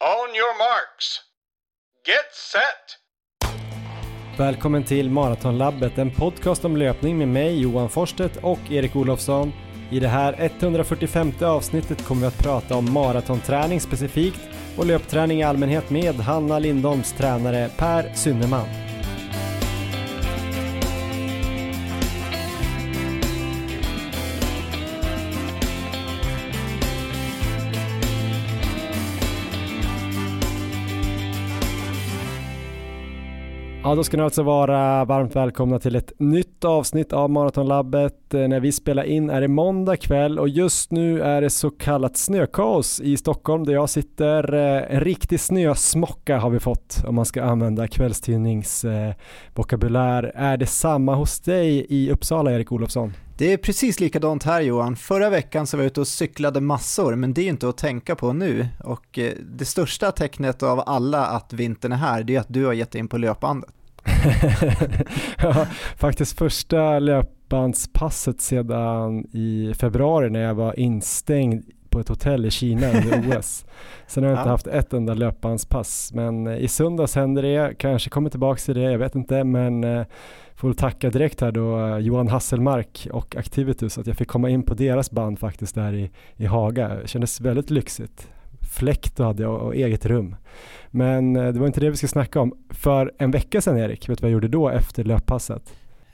On your marks. Get set! Välkommen till Maratonlabbet, en podcast om löpning med mig, Johan Forsstedt och Erik Olofsson. I det här 145:e avsnittet kommer vi att prata om maratonträning specifikt och löpträning i allmänhet med Hanna Lindholms tränare Per Synnerman. Ja, då ska ni alltså vara varmt välkomna till ett nytt avsnitt av Maratonlabbet. När vi spelar in är det måndag kväll och just nu är det så kallat snökaos i Stockholm där jag sitter. En riktig snösmocka har vi fått om man ska använda kvällstidningsvokabulär. Är det samma hos dig i Uppsala, Erik Olofsson? Det är precis likadant här, Johan. Förra veckan så var jag ute och cyklade massor, men det är inte att tänka på nu. Och det största tecknet av alla att vintern är här, det är att du har gett in på löpbandet. Ja, faktiskt första löpbandspasset sedan i februari när jag var instängd på ett hotell i Kina under OS. Sen har jag inte haft ett enda löpbandspass, men i söndags hände det, kanske kommer tillbaka till det, jag vet inte, men får tacka direkt här då Johan Hasselmark och Activitus att jag fick komma in på deras band faktiskt där i Haga. Det kändes väldigt lyxigt. Fläkt hade jag och eget rum. Men det var inte det vi ska snacka om. För en vecka sedan, Erik, vet du vad jag gjorde då efter löppasset?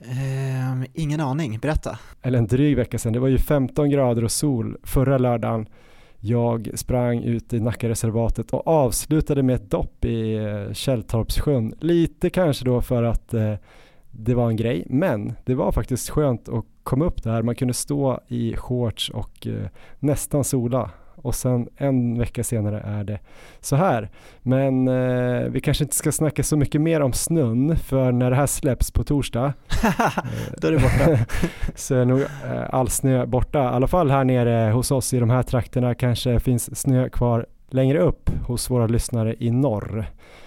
Ingen aning, berätta. Eller en dryg vecka sedan. Det var ju 15 grader och sol förra lördagen. Jag sprang ut i Nackareservatet och avslutade med ett dopp i Källtorpssjön. Lite kanske då för att det var en grej, men det var faktiskt skönt att komma upp där. Man kunde stå i shorts och nästan sola. Och sen en vecka senare är det så här. Men vi kanske inte ska snacka så mycket mer om snön, för när det här släpps på torsdag då är det borta. Så är nog all snö borta. I alla fall här nere hos oss i de här trakterna kanske finns snö kvar längre upp hos våra lyssnare i norr.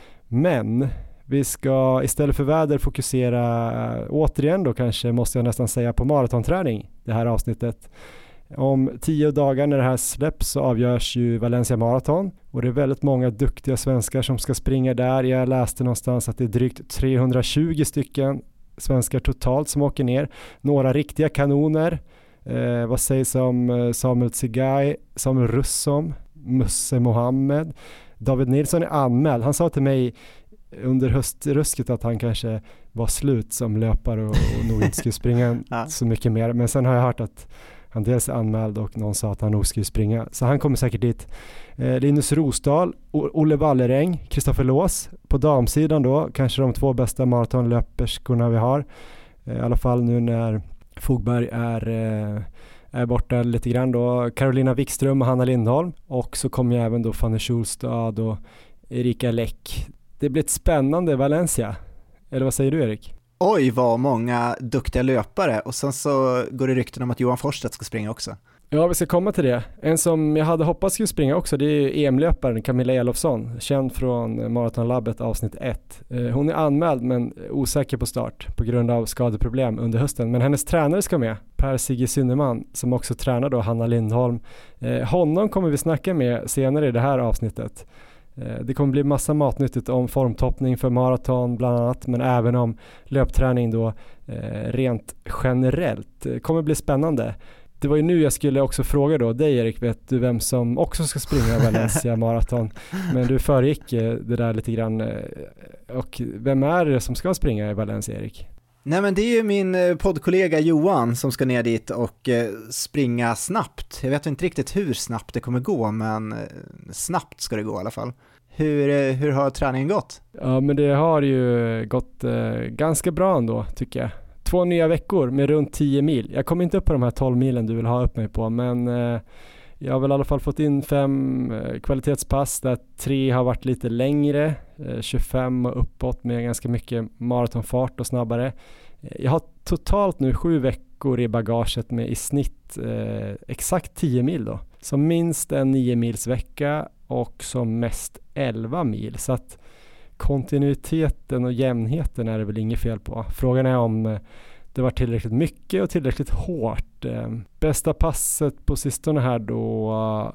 Men vi ska istället för väder fokusera återigen då, kanske måste jag nästan säga, på maratonträning det här avsnittet. Om 10 dagar när det här släpps så avgörs ju Valencia Marathon och det är väldigt många duktiga svenskar som ska springa där. Jag läste någonstans att det är drygt 320 stycken svenskar totalt som åker ner. Några riktiga kanoner. Vad sägs om Samuel Tsegay, Samuel Russom, Musse Mohammed. David Nilsson är anmäld. Han sa till mig under höstrusket att han kanske var slut som löpare och nog inte skulle springa så mycket mer. Men sen har jag hört att han dels är anmäld och någon sa att han nog skulle springa. Så han kommer säkert dit. Linus Rosdahl, Olle Walleräng, Kristoffer Lås. På damsidan då, kanske de 2 bästa maratonlöperskorna vi har. I alla fall nu när Fogberg är borta lite grann då. Carolina Wikström och Hanna Lindholm. Och så kommer jag även då Fanny Schulstad och Erika Läck. Det blir ett spännande Valencia. Eller vad säger du, Erik? Oj, vad många duktiga löpare. Och sen så går det rykten om att Johan Forsstedt ska springa också. Ja, vi ska komma till det. En som jag hade hoppats skulle springa också, det är EM-löparen Camilla Elofsson, känd från Maratonlabbet avsnitt 1. Hon är anmäld men osäker på start på grund av skadeproblem under hösten. Men hennes tränare ska med, Per Synnerman, som också tränar då Hanna Lindholm. Honom kommer vi snacka med senare i det här avsnittet. Det kommer bli massa matnyttigt om formtoppning för maraton bland annat, men även om löpträning då rent generellt. Det kommer bli spännande. Det var ju nu jag skulle också fråga då dig, Erik, vet du vem som också ska springa Valencia Marathon? Men du föregick det där lite grann. Och vem är det som ska springa i Valencia, Erik? Nej, men det är ju min poddkollega Johan som ska ner dit och springa snabbt. Jag vet inte riktigt hur snabbt det kommer gå, men snabbt ska det gå i alla fall. Hur har träningen gått? Ja, men det har ju gått ganska bra ändå, tycker jag. 2 nya veckor med runt 10 mil. Jag kommer inte upp på de här 12 milen du vill ha upp mig på, men jag har väl i alla fall fått in 5 kvalitetspass där 3 har varit lite längre, 25 och uppåt med ganska mycket maratonfart och snabbare. Jag har totalt nu 7 veckor i bagaget med i snitt exakt 10 mil då. Som minst en 9 mils vecka och som mest 11 mil. Så att kontinuiteten och jämnheten är det väl inget fel på. Frågan är om det var tillräckligt mycket och tillräckligt hårt. Bästa passet på sistone här då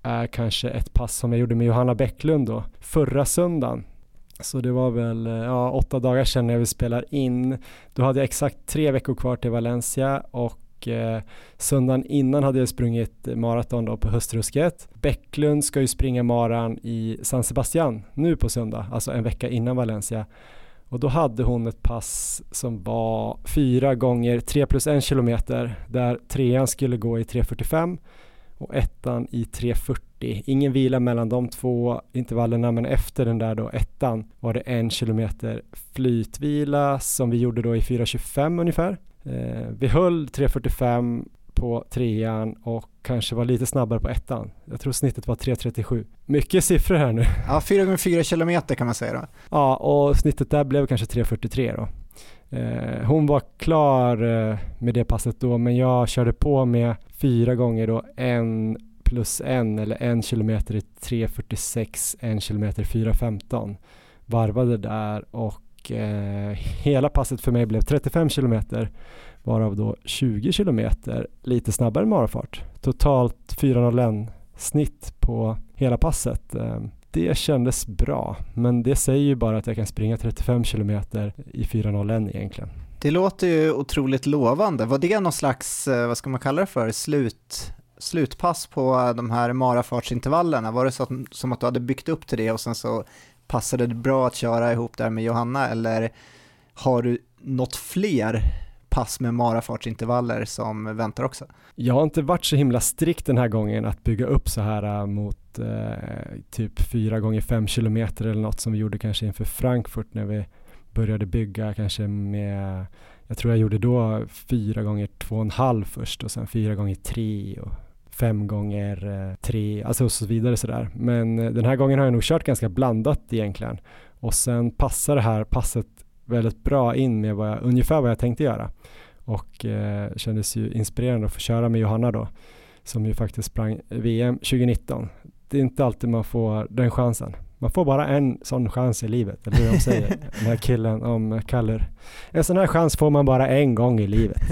är kanske ett pass som jag gjorde med Johanna Bäcklund då, förra söndagen. Så det var väl 8 dagar sedan när vi spelar in. Då hade jag exakt 3 veckor kvar till Valencia och söndagen innan hade jag sprungit maraton då på Höstrusket. Bäcklund ska ju springa maran i San Sebastian nu på söndag, alltså en vecka innan Valencia. Och då hade hon ett pass som var 4 gånger 3 + 1 kilometer där 3:an skulle gå i 3:45 och 1:an i 3:40. Ingen vila mellan de 2 intervallerna, men efter den där då 1:an var det 1 kilometer flytvila som vi gjorde då i 4:25 ungefär. Vi höll 3:45 på 3:an och kanske var lite snabbare på 1:an. Jag tror snittet var 3:37. Mycket siffror här nu. Ja, 4 gånger 4 kilometer kan man säga då. Ja, och snittet där blev kanske 3:43 då. Hon var klar med det passet då, men jag körde på med 4 gånger då 1 + 1 eller 1 kilometer i 3:46, 1 kilometer 4:15. Varvade där och hela passet för mig blev 35 kilometer, varav då 20 kilometer lite snabbare marafart. Totalt 4:01 snitt på hela passet. Det kändes bra, men det säger ju bara att jag kan springa 35 kilometer i 4:01 egentligen. Det låter ju otroligt lovande. Var det någon slags, vad ska man kalla det för, slutpass på de här marafartsintervallerna? Var det så som att du hade byggt upp till det och sen så passade det bra att köra ihop där med Johanna, eller har du något fler pass med marafartsintervaller som väntar också? Jag har inte varit så himla strikt den här gången att bygga upp så här mot typ 4 gånger 5 kilometer eller något som vi gjorde kanske inför Frankfurt när vi började bygga kanske med, jag tror jag gjorde då 4 gånger 2,5 först och sen 4 gånger 3 och 5 gånger 3, alltså och så vidare sådär. Men den här gången har jag nog kört ganska blandat egentligen. Och sen passar det här passet väldigt bra in med ungefär vad jag tänkte göra. Och kändes ju inspirerande att få köra med Johanna då, som ju faktiskt sprang VM 2019. Det är inte alltid man får den chansen. Man får bara en sån chans i livet, eller hur de säger, den här killen om Kaller. En sån här chans får man bara en gång i livet.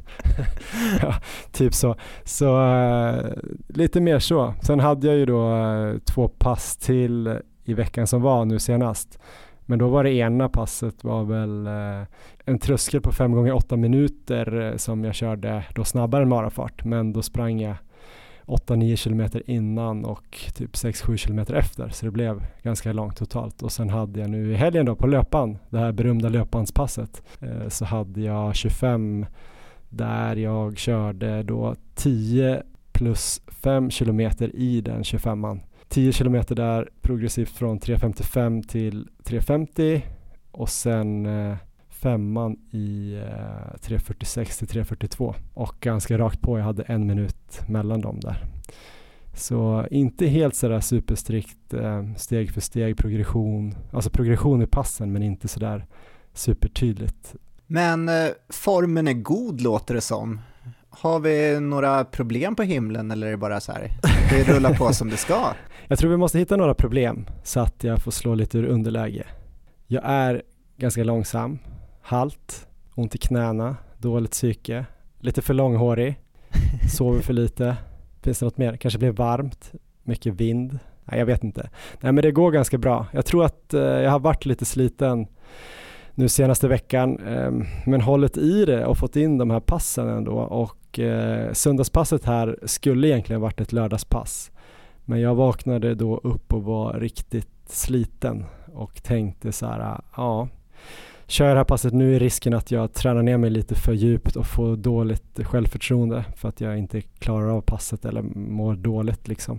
Ja, typ så. Så lite mer så. Sen hade jag ju då 2 pass till i veckan som var nu senast. Men då var det ena passet var väl en tröskel på 5 gånger 8 minuter som jag körde då snabbare än marafart. Men då sprang jag 8-9 kilometer innan och typ 6-7 kilometer efter. Så det blev ganska långt totalt. Och sen hade jag nu i helgen då på löpan, det här berömda löpanspasset, så hade jag 25 där jag körde då 10 + 5 kilometer i den 25an. 10 kilometer där progressivt från 3:55 till 3:50 och sen 5:an i 3:46 till 3:42 och ganska rakt på, jag hade 1 minut mellan dem där. Så inte helt sådär superstrikt steg för steg progression, alltså progression i passen, men inte sådär supertydligt. Men formen är god låter det som. Har vi några problem på himlen eller är det bara så här, det rullar på som det ska? Jag tror vi måste hitta några problem så att jag får slå lite ur underläge. Jag är ganska långsam, halt, ont i knäna, dåligt psyke, lite för långhårig, sover för lite. Finns det något mer? Kanske blir varmt, mycket vind. Nej, jag vet inte. Nej, men det går ganska bra. Jag tror att jag har varit lite sliten nu senaste veckan, men hållit i det och fått in de här passen ändå. Och söndagspasset här skulle egentligen varit ett lördagspass. Men jag vaknade då upp och var riktigt sliten och tänkte så här, ja, kör jag det här passet nu är risken att jag tränar ner mig lite för djupt och får dåligt självförtroende för att jag inte klarar av passet eller mår dåligt liksom.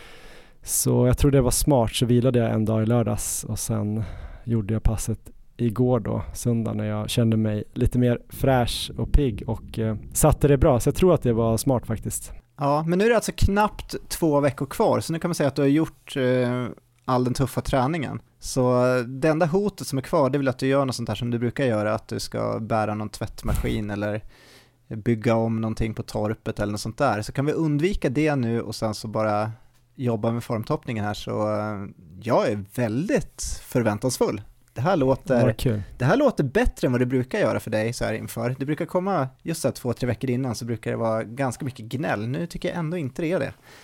Så jag tror det var smart, så vilade jag en dag i lördags och sen gjorde jag passet igår då, söndag, när jag kände mig lite mer fräsch och pigg och satte det bra, så jag tror att det var smart faktiskt. Ja, men nu är det alltså knappt 2 veckor kvar, så nu kan man säga att du har gjort all den tuffa träningen. Så det enda hotet som är kvar, det är väl att du gör något sånt här som du brukar göra, att du ska bära någon tvättmaskin eller bygga om någonting på torpet eller något sånt där. Så kan vi undvika det nu och sen så bara jobba med formtoppningen här, så jag är väldigt förväntansfull. Det här låter bättre än vad det brukar göra för dig så här inför. Det brukar komma just så här 2-3 veckor innan, så brukar det vara ganska mycket gnäll. Nu tycker jag ändå inte det är det.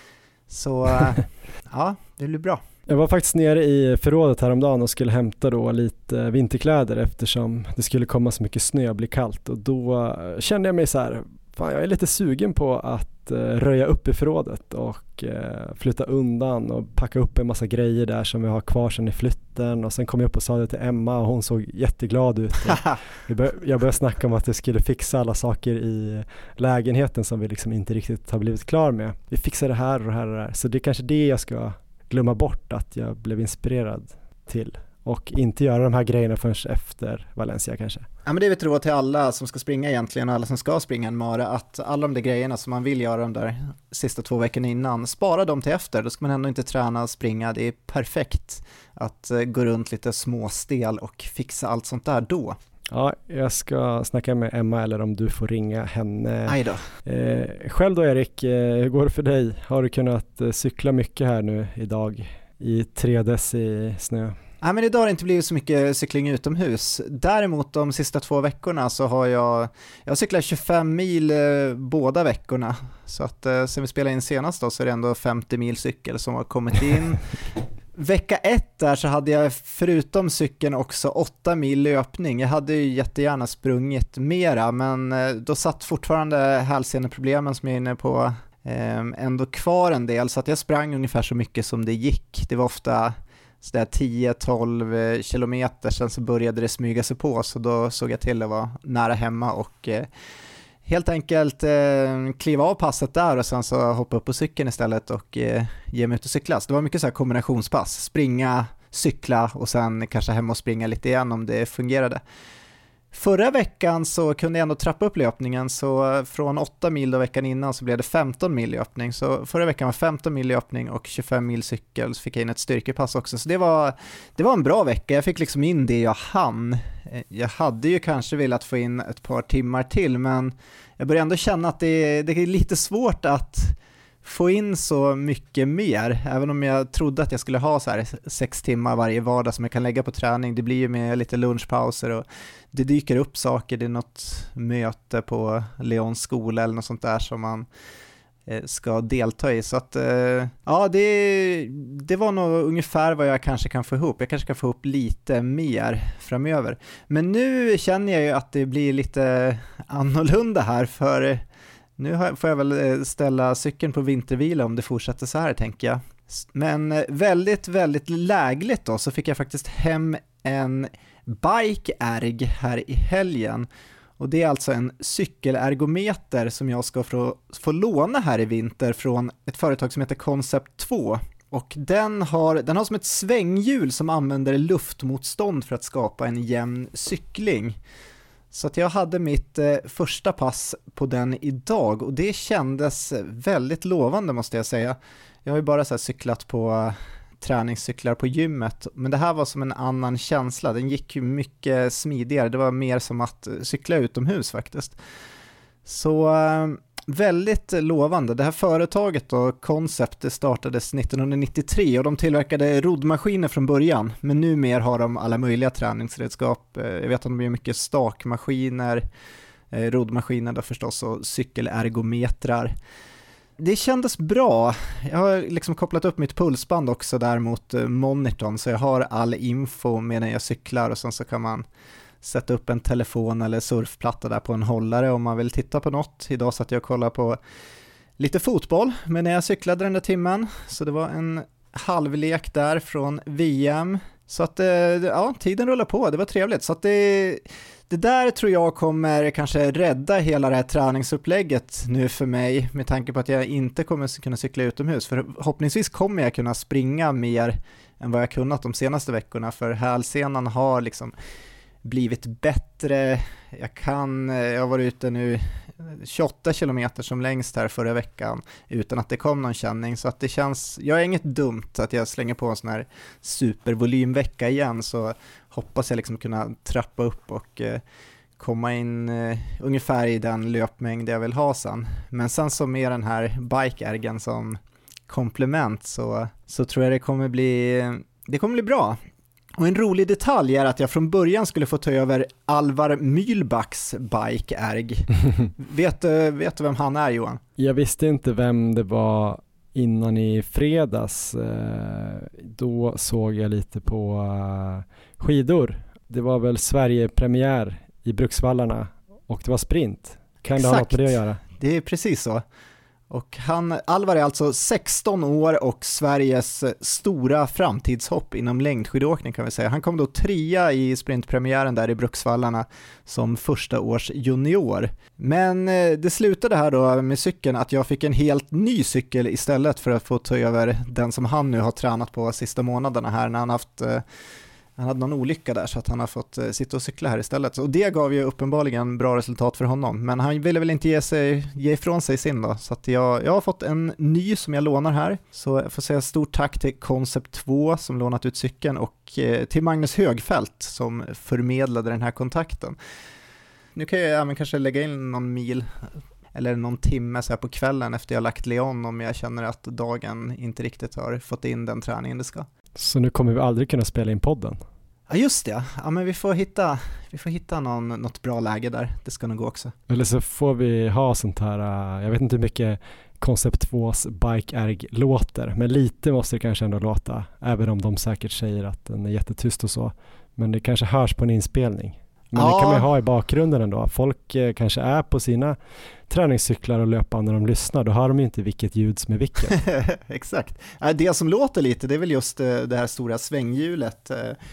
Så ja, det blir bra. Jag var faktiskt nere i förrådet häromdagen och skulle hämta då lite vinterkläder eftersom det skulle komma så mycket snö och bli kallt, och då kände jag mig så här, fan, jag är lite sugen på att röja upp i förrådet och flytta undan och packa upp en massa grejer där som vi har kvar sedan i flytten, och sen kom jag upp och sa det till Emma och hon såg jätteglad ut. Jag började snacka om att jag skulle fixa alla saker i lägenheten som vi liksom inte riktigt har blivit klar med. Vi fixar det här och det här och det här, så det är kanske det jag ska glömma bort att jag blev inspirerad till, och inte göra de här grejerna förrän efter Valencia kanske. Ja, men det är ett råd till alla som ska springa egentligen, och alla som ska springa en mara, att alla de där grejerna som man vill göra de där sista 2 veckorna innan, spara dem till efter. Då ska man ändå inte träna och springa. Det är perfekt att gå runt lite småstel och fixa allt sånt där då. Ja, jag ska snacka med Emma, eller om du får ringa henne. Aj då. Själv då Erik, hur går det för dig? Har du kunnat cykla mycket här nu idag i 3 deci snö? Nej, men idag har det inte blivit så mycket cykling utomhus. Däremot de sista 2 veckorna så har jag cyklat 25 mil båda veckorna. Så att sen vi spelade in senast då, så är det ändå 50 mil cykel som har kommit in. Vecka 1 där så hade jag förutom cykeln också 8 mil löpning. Jag hade ju jättegärna sprungit mera, men då satt fortfarande hälseneproblemen som jag är inne på ändå kvar en del, så att jag sprang ungefär så mycket som det gick. Det var ofta så där 10-12 kilometer, sen så började det smyga sig på, så då såg jag till att vara nära hemma och helt enkelt kliva av passet där och sen så hoppa upp på cykeln istället och ge mig ut och cykla. Så det var mycket så här kombinationspass, springa, cykla och sen kanske hem och springa lite igen om det fungerade. Förra veckan så kunde jag ändå trappa upp löpningen, så från 8 mil då veckan innan så blev det 15 mil löpning. Så förra veckan var 15 mil löpning och 25 mil cykel, så fick jag in ett styrkepass också. Så det var en bra vecka, jag fick liksom in det jag hann. Jag hade ju kanske velat få in ett par timmar till, men jag börjar ändå känna att det är lite svårt att få in så mycket mer, även om jag trodde att jag skulle ha så här 6 timmar varje vardag som jag kan lägga på träning. Det blir ju med lite lunchpauser och det dyker upp saker, det är något möte på Leons skola eller något sånt där som man ska delta i. Så att ja, det var nog ungefär vad jag kanske kan få ihop. Jag kanske kan få ihop lite mer framöver. Men nu känner jag ju att det blir lite annorlunda här, för nu får jag väl ställa cykeln på vintervila om det fortsätter så här, tänker jag. Men väldigt, väldigt lägligt då, så fick jag faktiskt hem en bike-erg här i helgen. Och det är alltså en cykelergometer som jag ska få låna här i vinter från ett företag som heter Concept 2. Och den har som ett svänghjul som använder luftmotstånd för att skapa en jämn cykling. Så att jag hade mitt första pass på den idag och det kändes väldigt lovande, måste jag säga. Jag har ju bara så här cyklat på träningscyklar på gymmet, men det här var som en annan känsla. Den gick ju mycket smidigare, det var mer som att cykla utomhus faktiskt. Så väldigt lovande. Det här företaget då, Concept, det startades 1993 och de tillverkade roddmaskiner från början, men numera har de alla möjliga träningsredskap. Jag vet att de gör mycket stakmaskiner, roddmaskiner då förstås, och cykelergometrar. Det kändes bra. Jag har liksom kopplat upp mitt pulsband också där mot monitorn, så jag har all info medan jag cyklar, och sen så kan man sätta upp en telefon eller surfplatta där på en hållare om man vill titta på något. Idag satt jag och kollade på lite fotboll, men när jag cyklade den där timmen, så det var en halvlek där från VM. Så att ja, tiden rullar på, det var trevligt. Så att det där tror jag kommer kanske rädda hela det här träningsupplägget nu för mig, med tanke på att jag inte kommer kunna cykla utomhus. För förhoppningsvis kommer jag kunna springa mer än vad jag kunnat de senaste veckorna, för hälsenan har liksom blivit bättre. Jag har varit ute nu 28 kilometer som längst här förra veckan utan att det kom någon känning, så att det känns, jag är inget dumt att jag slänger på en sån här supervolymvecka igen, så hoppas jag liksom kunna trappa upp och komma in ungefär i den löpmängd jag vill ha sen. Men sen så med den här bike-ergen som komplement så tror jag det kommer bli bra. Och en rolig detalj är att jag från början skulle få ta över Alvar Mühlbachs bike-erg. Vet du vem han är, Johan? Jag visste inte vem det var innan i fredags. Då såg jag lite på skidor. Det var väl Sverige-premiär i Bruksvallarna och det var sprint. Kan det ha något med det att göra? Det är precis så. Och Alvar är alltså 16 år och Sveriges stora framtidshopp inom längdskidåkning kan vi säga. Han kom då 3 i sprintpremiären där i Bruksvallarna som första års junior. Men det slutade här då med cykeln att jag fick en helt ny cykel istället för att få ta över den som han nu har tränat på sista månaderna här när han hade någon olycka där så att han har fått sitta och cykla här istället. Och det gav ju uppenbarligen bra resultat för honom. Men han ville väl inte ge ifrån sig sin då. Så att jag har fått en ny som jag lånar här. Så jag får säga stort tack till Concept 2 som lånat ut cykeln och till Magnus Högfält som förmedlade den här kontakten. Nu kan jag även kanske lägga in någon mil eller någon timme så här på kvällen efter jag lagt Leon om jag känner att dagen inte riktigt har fått in den träningen det ska. Så nu kommer vi aldrig kunna spela in podden? Ja just det, ja men vi får hitta något bra läge där, det ska nog gå också. Eller så får vi ha sånt här, jag vet inte hur mycket Concept 2s Bike Erg låter, men lite måste det kanske ändå låta, även om de säkert säger att den är jättetyst och så, men det kanske hörs på en inspelning. Men det kan man ha i bakgrunden ändå. Folk kanske är på sina träningscyklar och löpar när de lyssnar. Då hör de inte vilket ljud som är vilket. Exakt. Det som låter lite det är väl just det här stora svänghjulet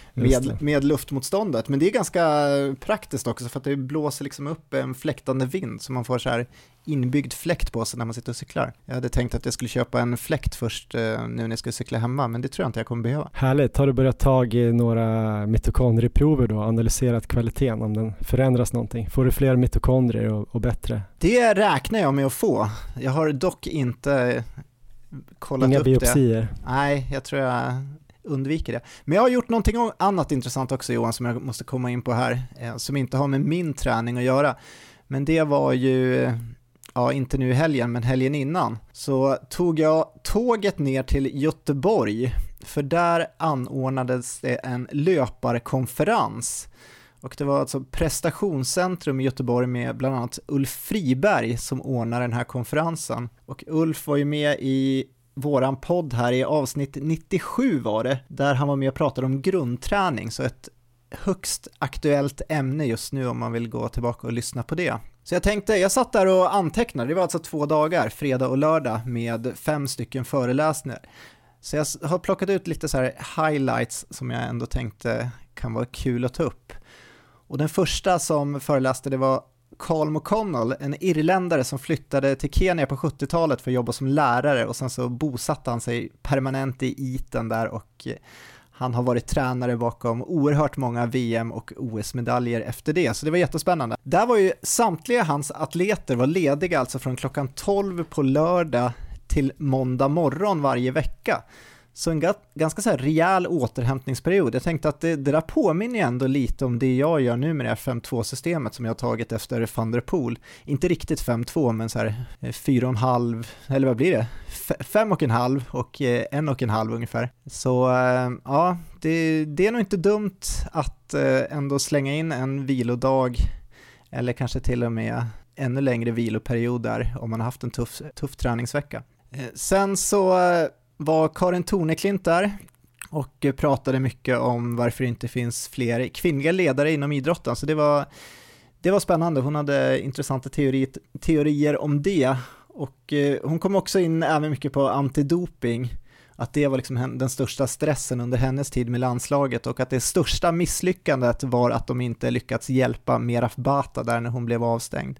med luftmotståndet. Men det är ganska praktiskt också för att det blåser liksom upp en fläktande vind så man får så här inbyggd fläkt på sig när man sitter och cyklar. Jag hade tänkt att jag skulle köpa en fläkt först nu när jag ska cykla hemma, men det tror jag inte jag kommer behöva. Härligt. Har du börjat ta några mitokondrieprover då? Analyserat kvaliteten om den förändras någonting? Får du fler mitokondrier och bättre? Det räknar jag med att få. Jag har dock inte kollat Inga upp biopsier. det. Nej, jag tror jag undviker det. Men jag har gjort någonting annat intressant också Johan som jag måste komma in på här som inte har med min träning att göra. Men det var ju, inte nu i helgen men helgen innan, så tog jag tåget ner till Göteborg för där anordnades det en löparkonferens. Och det var alltså Prestationscentrum i Göteborg med bland annat Ulf Friberg som ordnar den här konferensen. Och Ulf var ju med i våran podd här i avsnitt 97 var det, där han var med och pratade om grundträning, så ett högst aktuellt ämne just nu om man vill gå tillbaka och lyssna på det. Så jag satt där och antecknade, det var alltså 2 dagar, fredag och lördag med 5 stycken föreläsningar. Så jag har plockat ut lite så här highlights som jag ändå tänkte kan vara kul att ta upp. Och den första som föreläste det var Carl McConnell, en irländare som flyttade till Kenya på 70-talet för att jobba som lärare och sen så bosatte han sig permanent i Iten där och han har varit tränare bakom oerhört många VM och OS-medaljer efter det, så det var jättespännande. Där var ju samtliga hans atleter var lediga alltså från klockan 12 på lördag till måndag morgon varje vecka. Så en ganska så här rejäl återhämtningsperiod. Jag tänkte att det där påminner ändå lite om det jag gör nu med det här 5-2-systemet som jag har tagit efter Van der Poel. Inte riktigt 5-2 men så här 4,5 eller vad blir det? 5,5 och 1,5 ungefär. Så ja, det är nog inte dumt att ändå slänga in en vilodag eller kanske till och med ännu längre viloperiod där om man har haft en tuff träningsvecka. Sen så var Karin Torneklint där och pratade mycket om varför det inte finns fler kvinnliga ledare inom idrotten. Så det var spännande. Hon hade intressanta teorier om det. Och hon kom också in även mycket på antidoping. Att det var liksom den största stressen under hennes tid med landslaget och att det största misslyckandet var att de inte lyckats hjälpa Meraf Bata där när hon blev avstängd.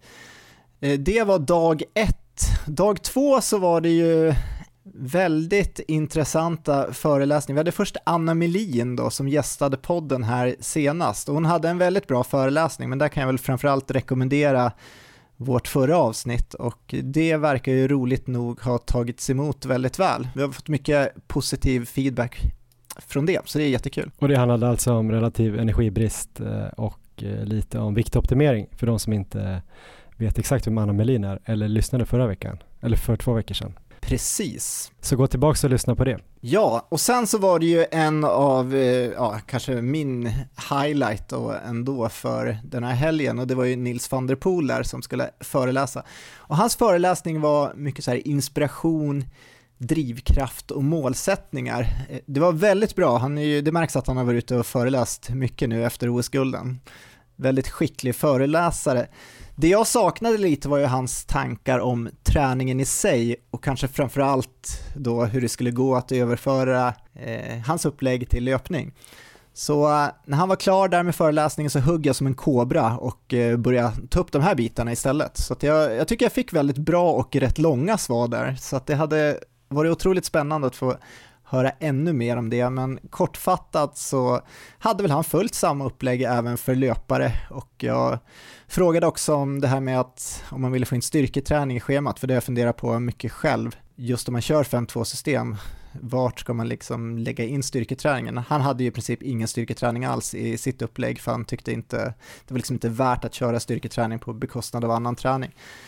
Det var dag 1. Dag 2 så var det ju väldigt intressanta föreläsningar. Vi hade först Anna Melin då som gästade podden här senast och hon hade en väldigt bra föreläsning, men där kan jag väl framförallt rekommendera vårt förra avsnitt och det verkar ju roligt nog ha tagits emot väldigt väl. Vi har fått mycket positiv feedback från det, så det är jättekul. Och det handlade alltså om relativ energibrist och lite om viktoptimering för de som inte vet exakt vem Anna Melin är eller lyssnade förra veckan eller för 2 veckor sedan. Precis. Så gå tillbaka och lyssna på det. Ja, och sen så var det ju en av, kanske min highlight då ändå för den här helgen och det var ju Nils van der Poel där som skulle föreläsa. Och hans föreläsning var mycket så här inspiration drivkraft och målsättningar. Det var väldigt bra. Det märks att han har varit ute och föreläst mycket nu efter OS-gulden. Väldigt skicklig föreläsare. Det jag saknade lite var ju hans tankar om träningen i sig och kanske framförallt då hur det skulle gå att överföra hans upplägg till löpning. Så när han var klar där med föreläsningen så högg jag som en kobra och började ta upp de här bitarna istället. Så att jag tycker jag fick väldigt bra och rätt långa svar där. Så att det hade varit otroligt spännande att få höra ännu mer om det. Men kortfattat så hade väl han följt samma upplägg även för löpare. Och jag frågade också om det här med att om man ville få in styrketräning i schemat, för det jag funderar på mycket själv. Just om man kör 5-2-system, vart ska man liksom lägga in styrketräningen? Han hade ju i princip ingen styrketräning alls i sitt upplägg, för han tyckte inte, det var liksom inte värt att köra styrketräning på bekostnad av annan träning.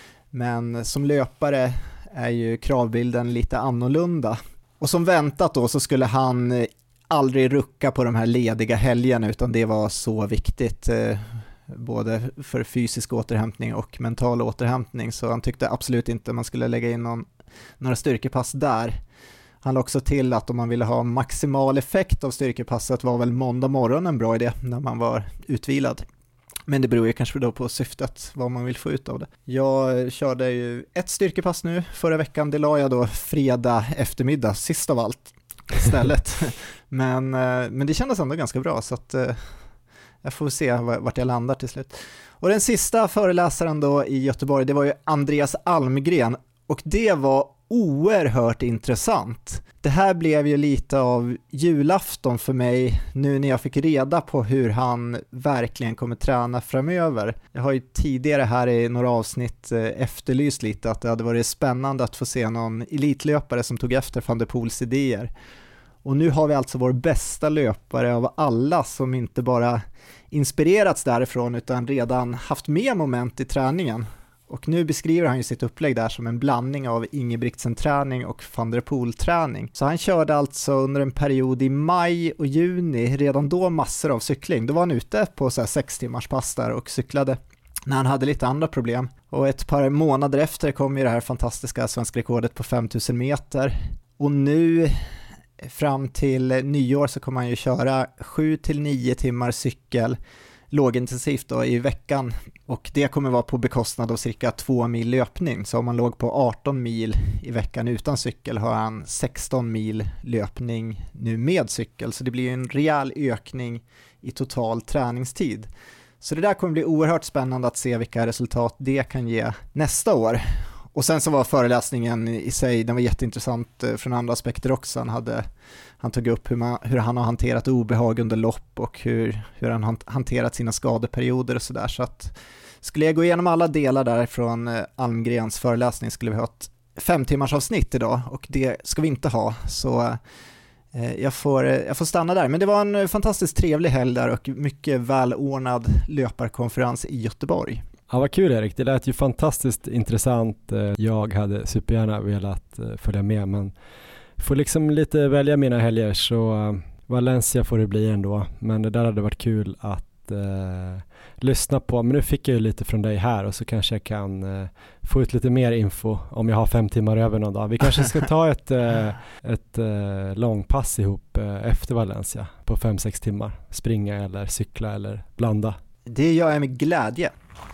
Men som löpare är ju kravbilden lite annorlunda. Och som väntat då så skulle han aldrig rucka på de här lediga helgerna, utan det var så viktigt både för fysisk återhämtning och mental återhämtning, så han tyckte absolut inte man skulle lägga in några styrkepass där. Han la också till att om man ville ha maximal effekt av styrkepasset var väl måndag morgon en bra idé när man var utvilad. Men det beror ju kanske då på syftet, vad man vill få ut av det. Jag körde ju ett styrkepass nu förra veckan, det la jag då fredag eftermiddag, sist av allt istället. men det kändes ändå ganska bra, så att jag får se vart jag landar till slut. Och den sista föreläsaren då i Göteborg, det var ju Andreas Almgren, och det var oerhört intressant. Det här blev ju lite av julafton för mig nu när jag fick reda på hur han verkligen kommer träna framöver. Jag har ju tidigare här i några avsnitt efterlyst lite att det hade varit spännande att få se någon elitlöpare som tog efter Van der Poels idéer. Och nu har vi alltså vår bästa löpare av alla som inte bara inspirerats därifrån utan redan haft med moment i träningen. Och nu beskriver han ju sitt upplägg där som en blandning av Ingebrigtsen-träning och Van der Poel-träning. Så han körde alltså under en period i maj och juni redan då massor av cykling. Då var han ute på så här 6 timmars pass där och cyklade när han hade lite andra problem. Och ett par månader efter kom ju det här fantastiska svenska rekordet på 5000 meter. Och nu fram till nyår så kommer han ju köra 7-9 timmar cykel lågintensivt då i veckan, och det kommer vara på bekostnad av cirka 2 mil löpning. Så om man låg på 18 mil i veckan utan cykel har han 16 mil löpning nu med cykel, så det blir en rejäl ökning i total träningstid. Så det där kommer bli oerhört spännande att se vilka resultat det kan ge nästa år. Och sen så var föreläsningen i sig, den var jätteintressant från andra aspekter också. Han tog upp hur han har hanterat obehag under lopp och hur han har hanterat sina skadeperioder och sådär. Så att skulle jag gå igenom alla delar där från Almgrens föreläsning skulle vi ha ett 5 timmars avsnitt idag, och det ska vi inte ha. Så jag får stanna där. Men det var en fantastiskt trevlig helg där och mycket välordnad löparkonferens i Göteborg. Ja, vad kul Erik, det lät ju fantastiskt intressant. Jag hade supergärna velat följa med, men får liksom lite välja mina helger, så Valencia får det bli ändå. Men det där hade varit kul att lyssna på. Men nu fick jag ju lite från dig här, och så kanske jag kan få ut lite mer info om jag har 5 timmar över någon dag. Vi kanske ska ta ett långpass ihop efter Valencia på 5-6 timmar. Springa eller cykla eller blanda. Det gör jag med glädje.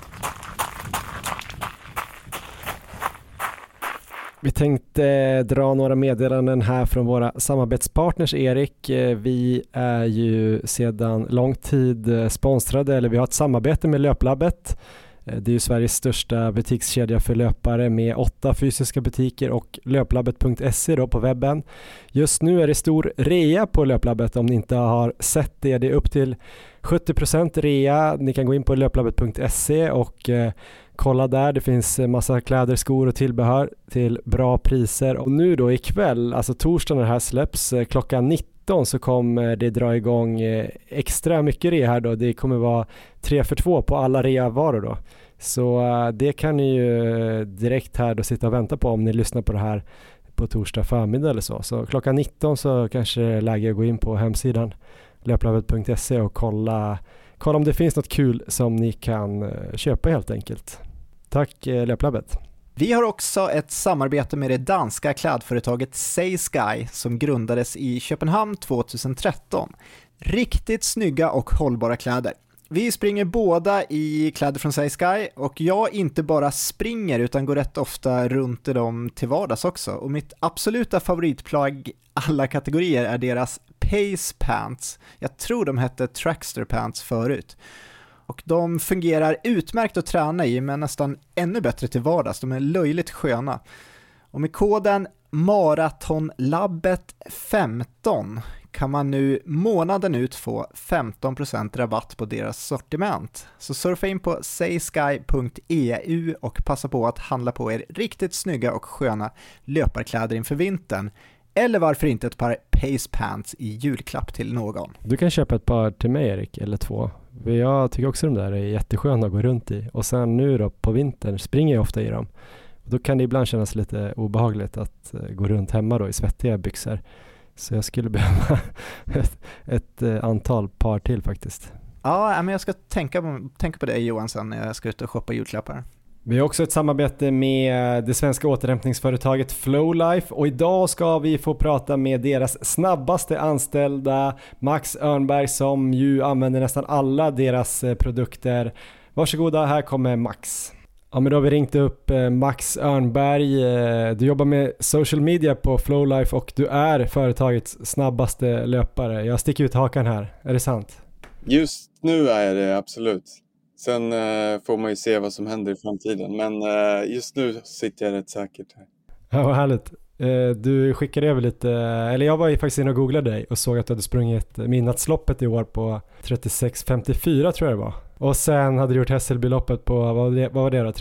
Vi tänkte dra några meddelanden här från våra samarbetspartners, Erik. Vi är ju sedan lång tid sponsrade, eller vi har ett samarbete med Löplabbet. Det är ju Sveriges största butikskedja för löpare med 8 fysiska butiker och löplabbet.se då på webben. Just nu är det stor rea på Löplabbet om ni inte har sett det. Det är upp till 70% rea. Ni kan gå in på löplabbet.se och kolla där. Det finns massa kläder, skor och tillbehör till bra priser. Och nu då ikväll, alltså torsdag när det här släpps, klockan 19 så kommer det dra igång extra mycket rea här då. Det kommer vara 3 för 2 på alla rea-varor då. Så det kan ni ju direkt här då sitta och vänta på om ni lyssnar på det här på torsdag förmiddag eller så. Så klockan 19 så kanske det är läge att gå in på hemsidan löplabbet.se och kolla om det finns något kul som ni kan köpa helt enkelt. Tack Löplabbet. Vi har också ett samarbete med det danska klädföretaget SaySky som grundades i Köpenhamn 2013. Riktigt snygga och hållbara kläder. Vi springer båda i kläder från SaySky och jag inte bara springer utan går rätt ofta runt i dem till vardags också. Och mitt absoluta favoritplagg alla kategorier är deras Pace Pants. Jag tror de hette Trackster Pants förut. Och de fungerar utmärkt att träna i men nästan ännu bättre till vardags. De är löjligt sköna. Och med koden MARATONLABBET15 kan man nu månaden ut få 15% rabatt på deras sortiment. Så surfa in på saysky.eu och passa på att handla på er riktigt snygga och sköna löparkläder inför vintern. Eller varför inte ett par Pace Pants i julklapp till någon. Du kan köpa ett par till mig, Erik, eller 2. Jag tycker också de där är jättesköna att gå runt i. Och sen nu då på vintern springer jag ofta i dem. Då kan det ibland kännas lite obehagligt att gå runt hemma då i svettiga byxor. Så jag skulle behöva ett antal par till faktiskt. Ja, men jag ska tänka på det, Johan, sen när jag ska ut och shoppa julklappar. Vi har också ett samarbete med det svenska återhämtningsföretaget Flowlife och idag ska vi få prata med deras snabbaste anställda Max Örnberg som ju använder nästan alla deras produkter. Varsågoda, här kommer Max. Ja, men då har vi ringt upp Max Örnberg. Du jobbar med social media på Flowlife och du är företagets snabbaste löpare. Jag sticker ut hakan här, är det sant? Just nu är det absolut. Sen får man ju se vad som händer i framtiden. Men just nu sitter jag rätt säkert här. Ja, vad härligt. Du skickade över lite, eller jag var ju faktiskt inne och googlade dig och såg att du hade sprungit midnattsloppet i år på 36:54 tror jag det var. Och sen hade du gjort Hässelbyloppet på, vad var det då?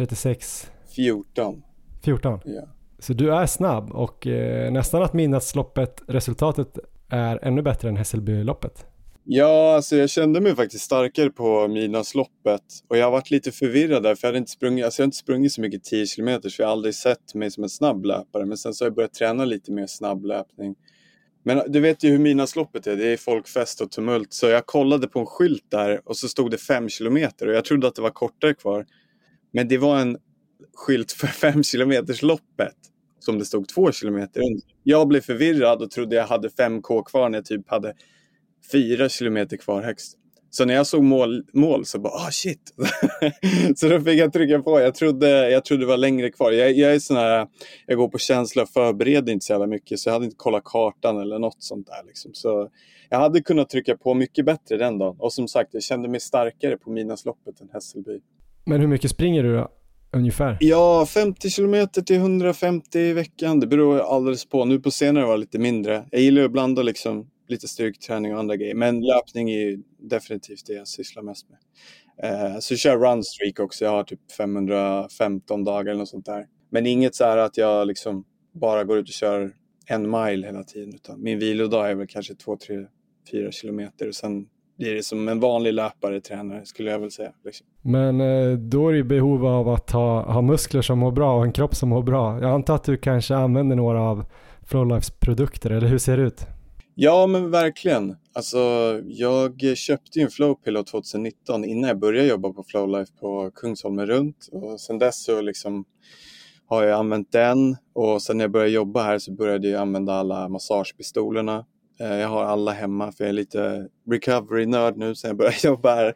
36:14. 14? Ja. Så du är snabb och nästan att midnattsloppet, resultatet är ännu bättre än Hässelbyloppet. Ja, alltså jag kände mig faktiskt starkare på midnattsloppet. Och jag har varit lite förvirrad där för jag har inte sprungit så mycket 10 km så jag har aldrig sett mig som en snabb löpare. Men sen så har jag börjat träna lite mer snabblöpning. Men du vet ju hur midnattsloppet är, det är folkfest och tumult. Så jag kollade på en skylt där och så stod det 5 kilometer och jag trodde att det var kortare kvar. Men det var en skylt för 5 kilometers loppet som det stod 2 kilometer under. Jag blev förvirrad och trodde jag hade 5K kvar när jag typ hade 4 kilometer kvar högst. Så när jag såg mål så bara, shit. Så då fick jag trycka på. Jag trodde det var längre kvar. Jag är sån här, jag går på känsla och förbereder inte så jävla mycket. Så jag hade inte kollat kartan eller något sånt där liksom. Så jag hade kunnat trycka på mycket bättre den dagen. Och som sagt, jag kände mig starkare på midnattsloppet än Hässelby. Men hur mycket springer du då? Ungefär? Ja, 50 kilometer till 150 i veckan. Det beror alldeles på. Nu på senare var det lite mindre. Jag gillar att blanda liksom lite styrketräning och andra grejer. Men löpning är definitivt det jag sysslar mest med. Så jag kör runstreak också. Jag har typ 515 dagar eller något sånt där. Men inget så här att jag liksom bara går ut och kör 1 mile hela tiden. Utan min vilodag är väl kanske 2, 3, 4 kilometer. Och sen blir det som en vanlig löpare tränare skulle jag väl säga. Liksom. Men då är det behov av att ha muskler som mår bra och en kropp som mår bra. Jag antar att du kanske använder några av Flowlifes produkter, eller hur ser det ut? Ja, men verkligen. Alltså, jag köpte ju en Flowpillow 2019 innan jag började jobba på Flowlife på Kungsholmen runt. Och sen dess så liksom har jag använt den. Och sen när jag började jobba här så började jag använda alla massagepistolerna. Jag har alla hemma för jag är lite recovery-nörd nu sen jag började jobba här.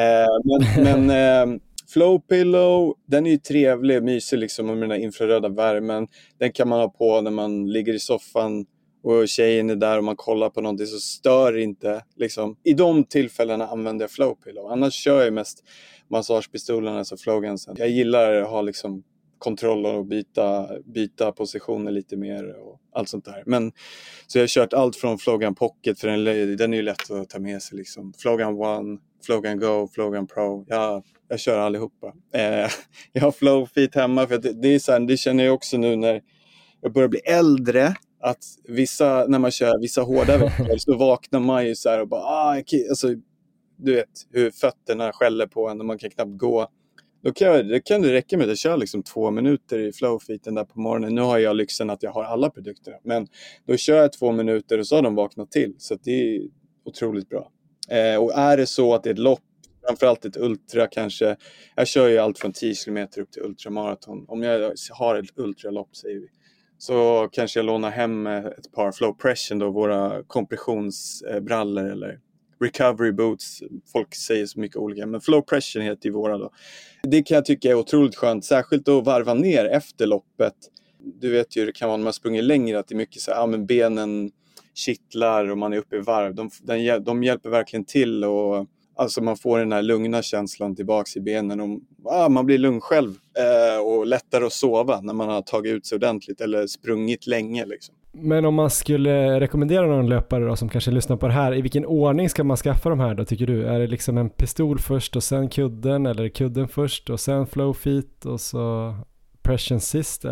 Men Flowpillow, den är ju trevlig och mysig liksom med den här infraröda värmen. Den kan man ha på när man ligger i soffan och tjejen är där och man kollar på någonting så stör inte liksom. I de tillfällena använder jag Flowpillow. Annars kör jag mest massagepistolerna, alltså Flowgunsen. Jag gillar att ha liksom kontroll och byta positioner lite mer och allt sånt där. Men så jag har kört allt från Flowgun Pocket för den är ju lätt att ta med sig liksom. Flowgun One, Flowgun Go, Flowgun Pro. Jag kör allihopa. Jag har Flowfeet hemma för det är så här, det känner jag också nu när jag börjar bli äldre. Att när man kör vissa hårda veckor så vaknar man ju så här och bara alltså, du vet hur fötterna skäller på en och man kan knappt gå. Då kan det räcka med att jag kör liksom 2 minuter i Flowfeeten där på morgonen. Nu har jag lyxen att jag har alla produkter. Men då kör jag 2 minuter och så har de vaknat till. Så det är otroligt bra. Och är det så att det är ett lopp framförallt ett ultra kanske. Jag kör ju allt från 10 kilometer upp till ultramaraton. Om jag har ett ultralopp säger vi, så kanske jag lånar hem ett par Flow Pression då, våra kompressionsbrallor eller recovery boots. Folk säger så mycket olika, men Flow Pression heter ju våra då. Det kan jag tycka är otroligt skönt, särskilt att varva ner efter loppet. Du vet ju, det kan vara när man springer längre att det är mycket så här, men benen kittlar och man är uppe i varv. De hjälper verkligen till, och alltså man får den här lugna känslan tillbaks i benen och man blir lugn själv och lättare att sova när man har tagit ut sig ordentligt eller sprungit länge liksom. Men om man skulle rekommendera någon löpare då, som kanske lyssnar på det här, i vilken ordning ska man skaffa de här då tycker du? Är det liksom en pistol först och sen kudden, eller kudden först och sen flow feet och så pression sist,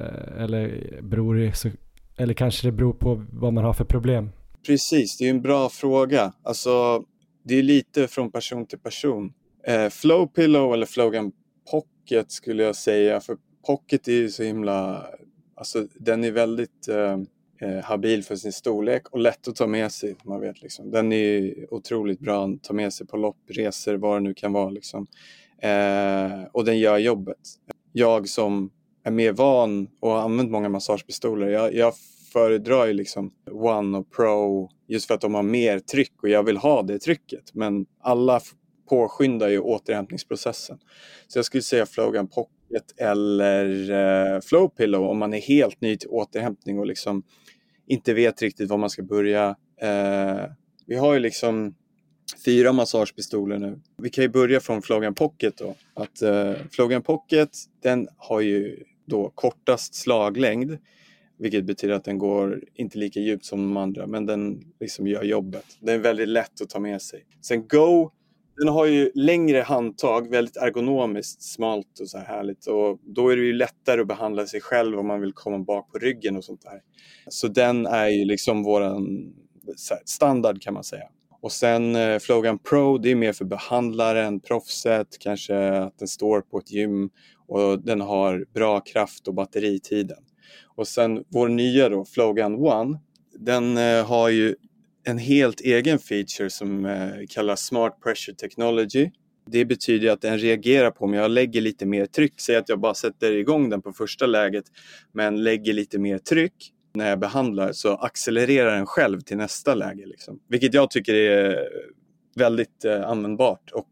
eller beror det så, eller kanske det beror på vad man har för problem? Precis, det är en bra fråga. Alltså det är lite från person till person. Flow Pillow eller Flogan Pocket skulle jag säga, för Pocket är ju så himla, alltså den är väldigt habil för sin storlek och lätt att ta med sig, man vet liksom. Den är otroligt bra att ta med sig på loppresor, vad det nu kan vara liksom. Och den gör jobbet. Jag som är mer van och har använt många massagepistoler, jag föredrar ju liksom One och Pro just för att de har mer tryck och jag vill ha det trycket, men alla påskyndar ju återhämtningsprocessen. Så jag skulle säga Flogan Pocket eller Flow Pillow om man är helt ny till återhämtning och liksom inte vet riktigt var man ska börja. Vi har ju liksom 4 massagepistoler nu. Vi kan ju börja från Flogan Pocket då. Att Flogan Pocket, den har ju då kortast slaglängd, vilket betyder att den går inte lika djupt som de andra, men den liksom gör jobbet. Den är väldigt lätt att ta med sig. Sen Go, den har ju längre handtag, väldigt ergonomiskt, smalt och så här härligt. Och då är det ju lättare att behandla sig själv om man vill komma bak på ryggen och sånt där. Så den är ju liksom våran standard kan man säga. Och sen Flogan Pro, det är mer för behandlaren, proffset, kanske att den står på ett gym och den har bra kraft och batteritiden. Och sen vår nya då, Flogan One, den har ju en helt egen feature som kallas Smart Pressure Technology. Det betyder att den reagerar på om jag lägger lite mer tryck. Säg att jag bara sätter igång den på första läget men lägger lite mer tryck när jag behandlar, så accelererar den själv till nästa läge. Liksom. Vilket jag tycker är väldigt användbart och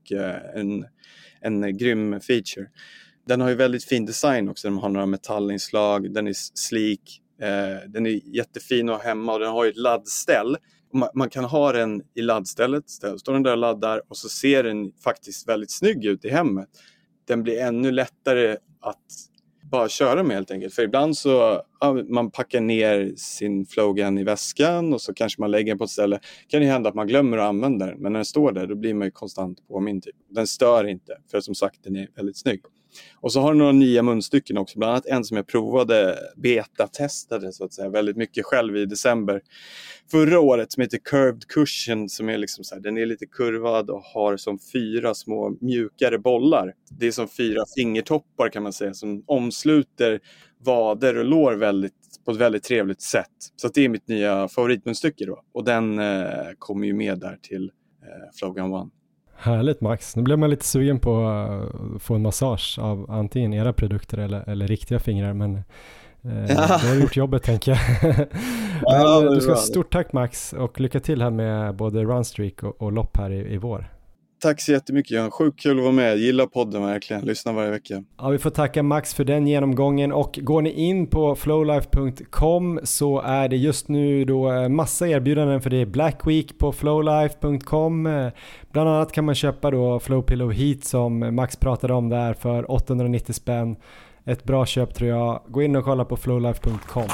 en grym feature. Den har ju väldigt fin design också. Den har några metallinslag, den är sleek, den är jättefin att ha hemma och den har ju ett laddställ. Man kan ha den i laddstället, står den där och laddar och så ser den faktiskt väldigt snygg ut i hemmet. Den blir ännu lättare att bara köra med helt enkelt. För ibland så man packar ner sin Flogan i väskan och så kanske man lägger den på ett ställe. Kan det hända att man glömmer att använda den, men när den står där då blir man ju konstant påmind typ. Den stör inte, för som sagt den är väldigt snygg. Och så har den några nya munstycken också, bland annat en som jag provade, beta-testade så att säga väldigt mycket själv i december förra året, som heter Curved Cushion, som är liksom så här, den är lite kurvad och har som 4 små mjukare bollar. Det är som 4 fingertoppar kan man säga, som omsluter vader och lår på ett väldigt trevligt sätt. Så att det är mitt nya favoritmunstycke då, och den kommer ju med där till Flogan One. Härligt Max, nu blev man lite sugen på att få en massage av antingen era produkter eller riktiga fingrar, men du har gjort jobbet tänker jag. Men, du ska ha stort tack Max och lycka till här med både Runstreak och lopp här i vår. Tack så jättemycket Jan, sjukt kul att vara med, gillar podden verkligen, lyssna varje vecka. Ja, vi får tacka Max för den genomgången, och går ni in på flowlife.com så är det just nu då massa erbjudanden, för det är Black Week på flowlife.com. Bland annat kan man köpa då Flow Pillow Heat som Max pratade om där för 890 spänn. Ett bra köp tror jag. Gå in och kolla på flowlife.com.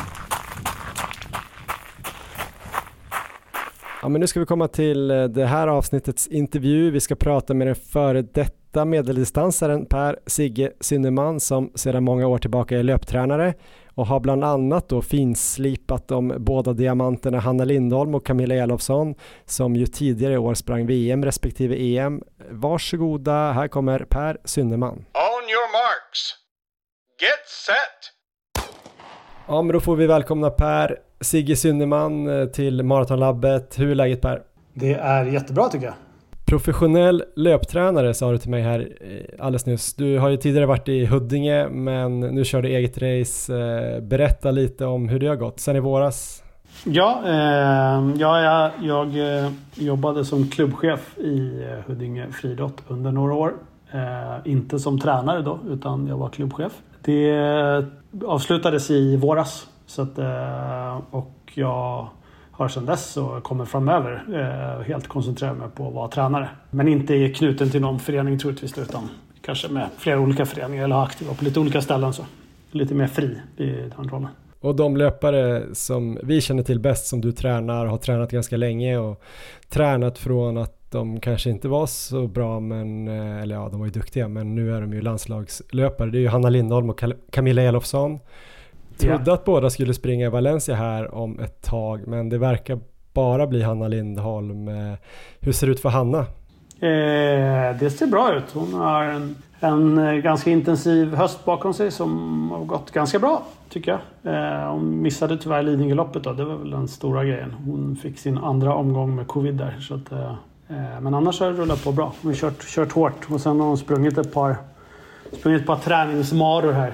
Ja, men nu ska vi komma till det här avsnittets intervju. Vi ska prata med den före detta medeldistansaren Per Sigge Synnerman, som sedan många år tillbaka är löptränare och har bland annat då finslipat de båda diamanterna Hanna Lindholm och Camilla Elofsson, som ju tidigare år sprang VM respektive EM. Varsågoda, här kommer Per Synnerman. On your marks. Get set. Ja, men då får vi välkomna Per Sigge Synnerman till Maratonlabbet. Hur är läget Per? Det är jättebra tycker jag. Professionell löptränare sa du till mig här alldeles nyss. Du har ju tidigare varit i Huddinge men nu kör du eget race. Berätta lite om hur det har gått sen i våras. Ja, jag jobbade som klubbchef i Huddinge friidrott under några år. Inte som tränare då, utan jag var klubbchef. Det avslutades i våras. Så att, och jag har sedan dess och kommer framöver helt koncentrera mig på att vara tränare. Men inte knuten till någon förening troligtvis, utan kanske med flera olika föreningar eller aktiva på lite olika ställen. Så. Lite mer fri i den rollen. Och de löpare som vi känner till bäst som du tränar har tränat ganska länge och tränat från att de kanske inte var så bra, men, eller ja, de var ju duktiga, men nu är de ju landslagslöpare. Det är ju Hanna Lindholm och Camilla Elofsson. Trodde att båda skulle springa i Valencia här om ett tag, men det verkar bara bli Hanna Lindholm. Hur ser det ut för Hanna? Det ser bra ut. Hon har en ganska intensiv höst bakom sig som har gått ganska bra, tycker jag. Hon missade tyvärr Lidingöloppet då. Det var väl den stora grejen. Hon fick sin andra omgång med covid där. Så att, men annars har det rullat på bra. Hon har kört hårt och sen har hon sprungit ett par träningsmaror här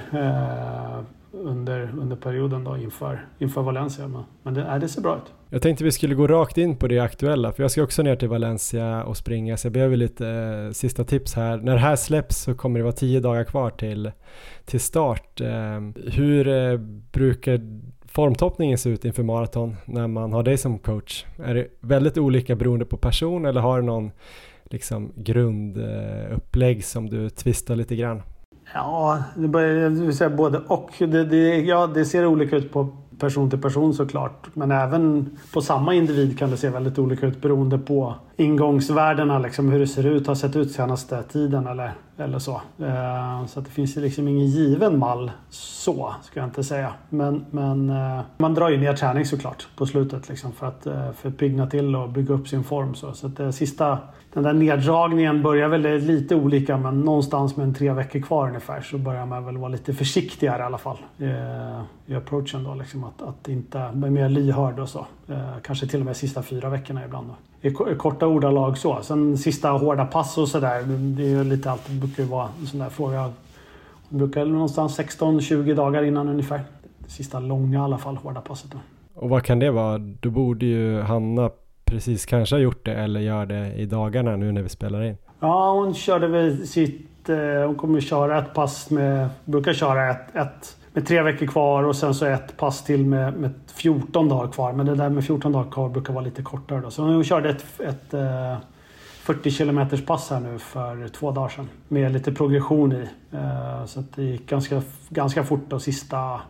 under perioden då inför Valencia. Men det ser bra ut. Jag tänkte vi skulle gå rakt in på det aktuella, för jag ska också ner till Valencia och springa, så jag behöver lite sista tips här. När det här släpps så kommer det vara 10 dagar kvar till start. Hur brukar formtoppningen se ut inför maraton när man har dig som coach? Är det väldigt olika beroende på person, eller har du någon liksom grundupplägg som du twistar lite grann? Ja, det vill säga både och. Det ser olika ut på person till person såklart. Men även på samma individ kan det se väldigt olika ut beroende på ingångsvärdena, liksom hur det ser ut, har sett ut senaste tiden eller så. Så att det finns liksom ingen given mall så, ska jag inte säga. Men man drar ju ner träning såklart på slutet liksom för att pigna till och bygga upp sin form. Så att den där neddragningen börjar väl lite olika, men någonstans med 3 veckor kvar ungefär så börjar man väl vara lite försiktigare i alla fall i approachen då, liksom att inte bli mer lyhörd och så. Kanske till och med sista 4 veckorna ibland då. I korta ordalag så. Sen sista hårda pass och sådär, det är ju lite allt, det brukar ju vara en sån där fråga. Det brukar någonstans 16-20 dagar innan ungefär. Det sista långa i alla fall, hårda passet då. Och vad kan det vara? Du borde ju Hanna precis kanske ha gjort det eller gör det i dagarna nu när vi spelar in. Ja, hon körde väl hon kommer köra ett pass brukar köra ett med 3 veckor kvar och sen så ett pass till med 14 dagar kvar. Men det där med 14 dagar kvar brukar vara lite kortare då. Så hon körde ett 40 kilometers pass här nu för 2 dagar sedan. Med lite progression i. Så att det gick ganska fort då sista,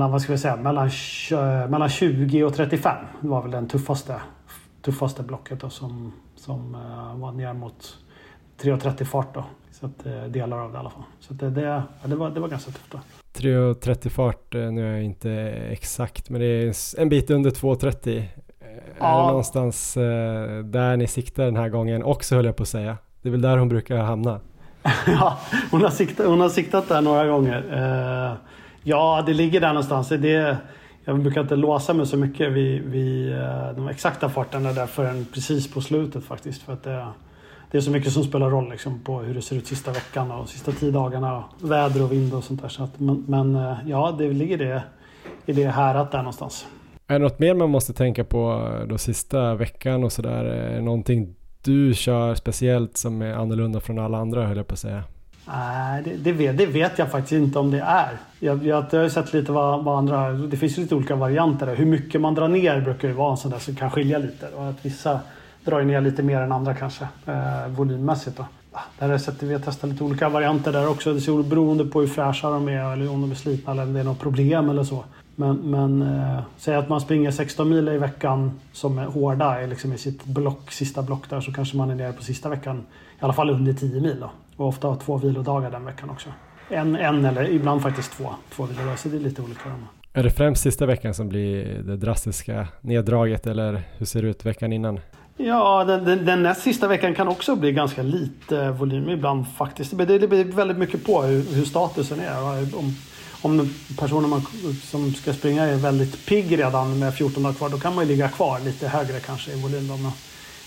mellan 20 och 35. Det var väl den tuffaste blocket då, som var ner mot 3.30 fart då. Så att delar av det i alla fall. Så att det var ganska tufft då. 3.30 fart, nu är jag inte exakt, men det är en bit under 2.30. Ja. Är det någonstans där ni siktar den här gången också, höll jag på att säga. Det är väl där hon brukar hamna. Ja, hon har siktat där några gånger. Ja, det ligger där någonstans. Jag brukar inte låsa mig så mycket vid de exakta farterna där förrän precis på slutet faktiskt. För att det är så mycket som spelar roll liksom, på hur det ser ut sista veckan och sista 10 dagarna. Väder och vind och sånt där. Så att, men ja, det ligger i det härat där någonstans. Är det något mer man måste tänka på då sista veckan och sådär? Är det någonting du kör speciellt som är annorlunda från alla andra, höll jag på att säga? Nej, det vet jag faktiskt inte om det är. Jag har ju sett lite vad andra... Det finns ju lite olika varianter där. Hur mycket man drar ner brukar ju vara en sån där som kan skilja lite. Och att vissa drar ner lite mer än andra kanske, volymmässigt då. Där har vi har testat lite olika varianter där också. Det ser beroende på hur fräscha de är eller om de är slitna eller om det är något problem eller så. Men säg att man springer 16 mil i veckan som är hårda liksom i sitt sista block där, så kanske man är nere på sista veckan i alla fall under 10 mil då. Och ofta har 2 vilodagar den veckan också. En eller ibland faktiskt 2 vilodagar, så det är lite olika. Är det främst sista veckan som blir det drastiska neddraget, eller hur ser det ut veckan innan? Ja, den näst sista veckan kan också bli ganska lite volym ibland faktiskt. Det blir väldigt mycket på hur statusen är. Om personen som ska springa är väldigt pigg redan med 14 dagar kvar, då kan man ju ligga kvar lite högre kanske i volym.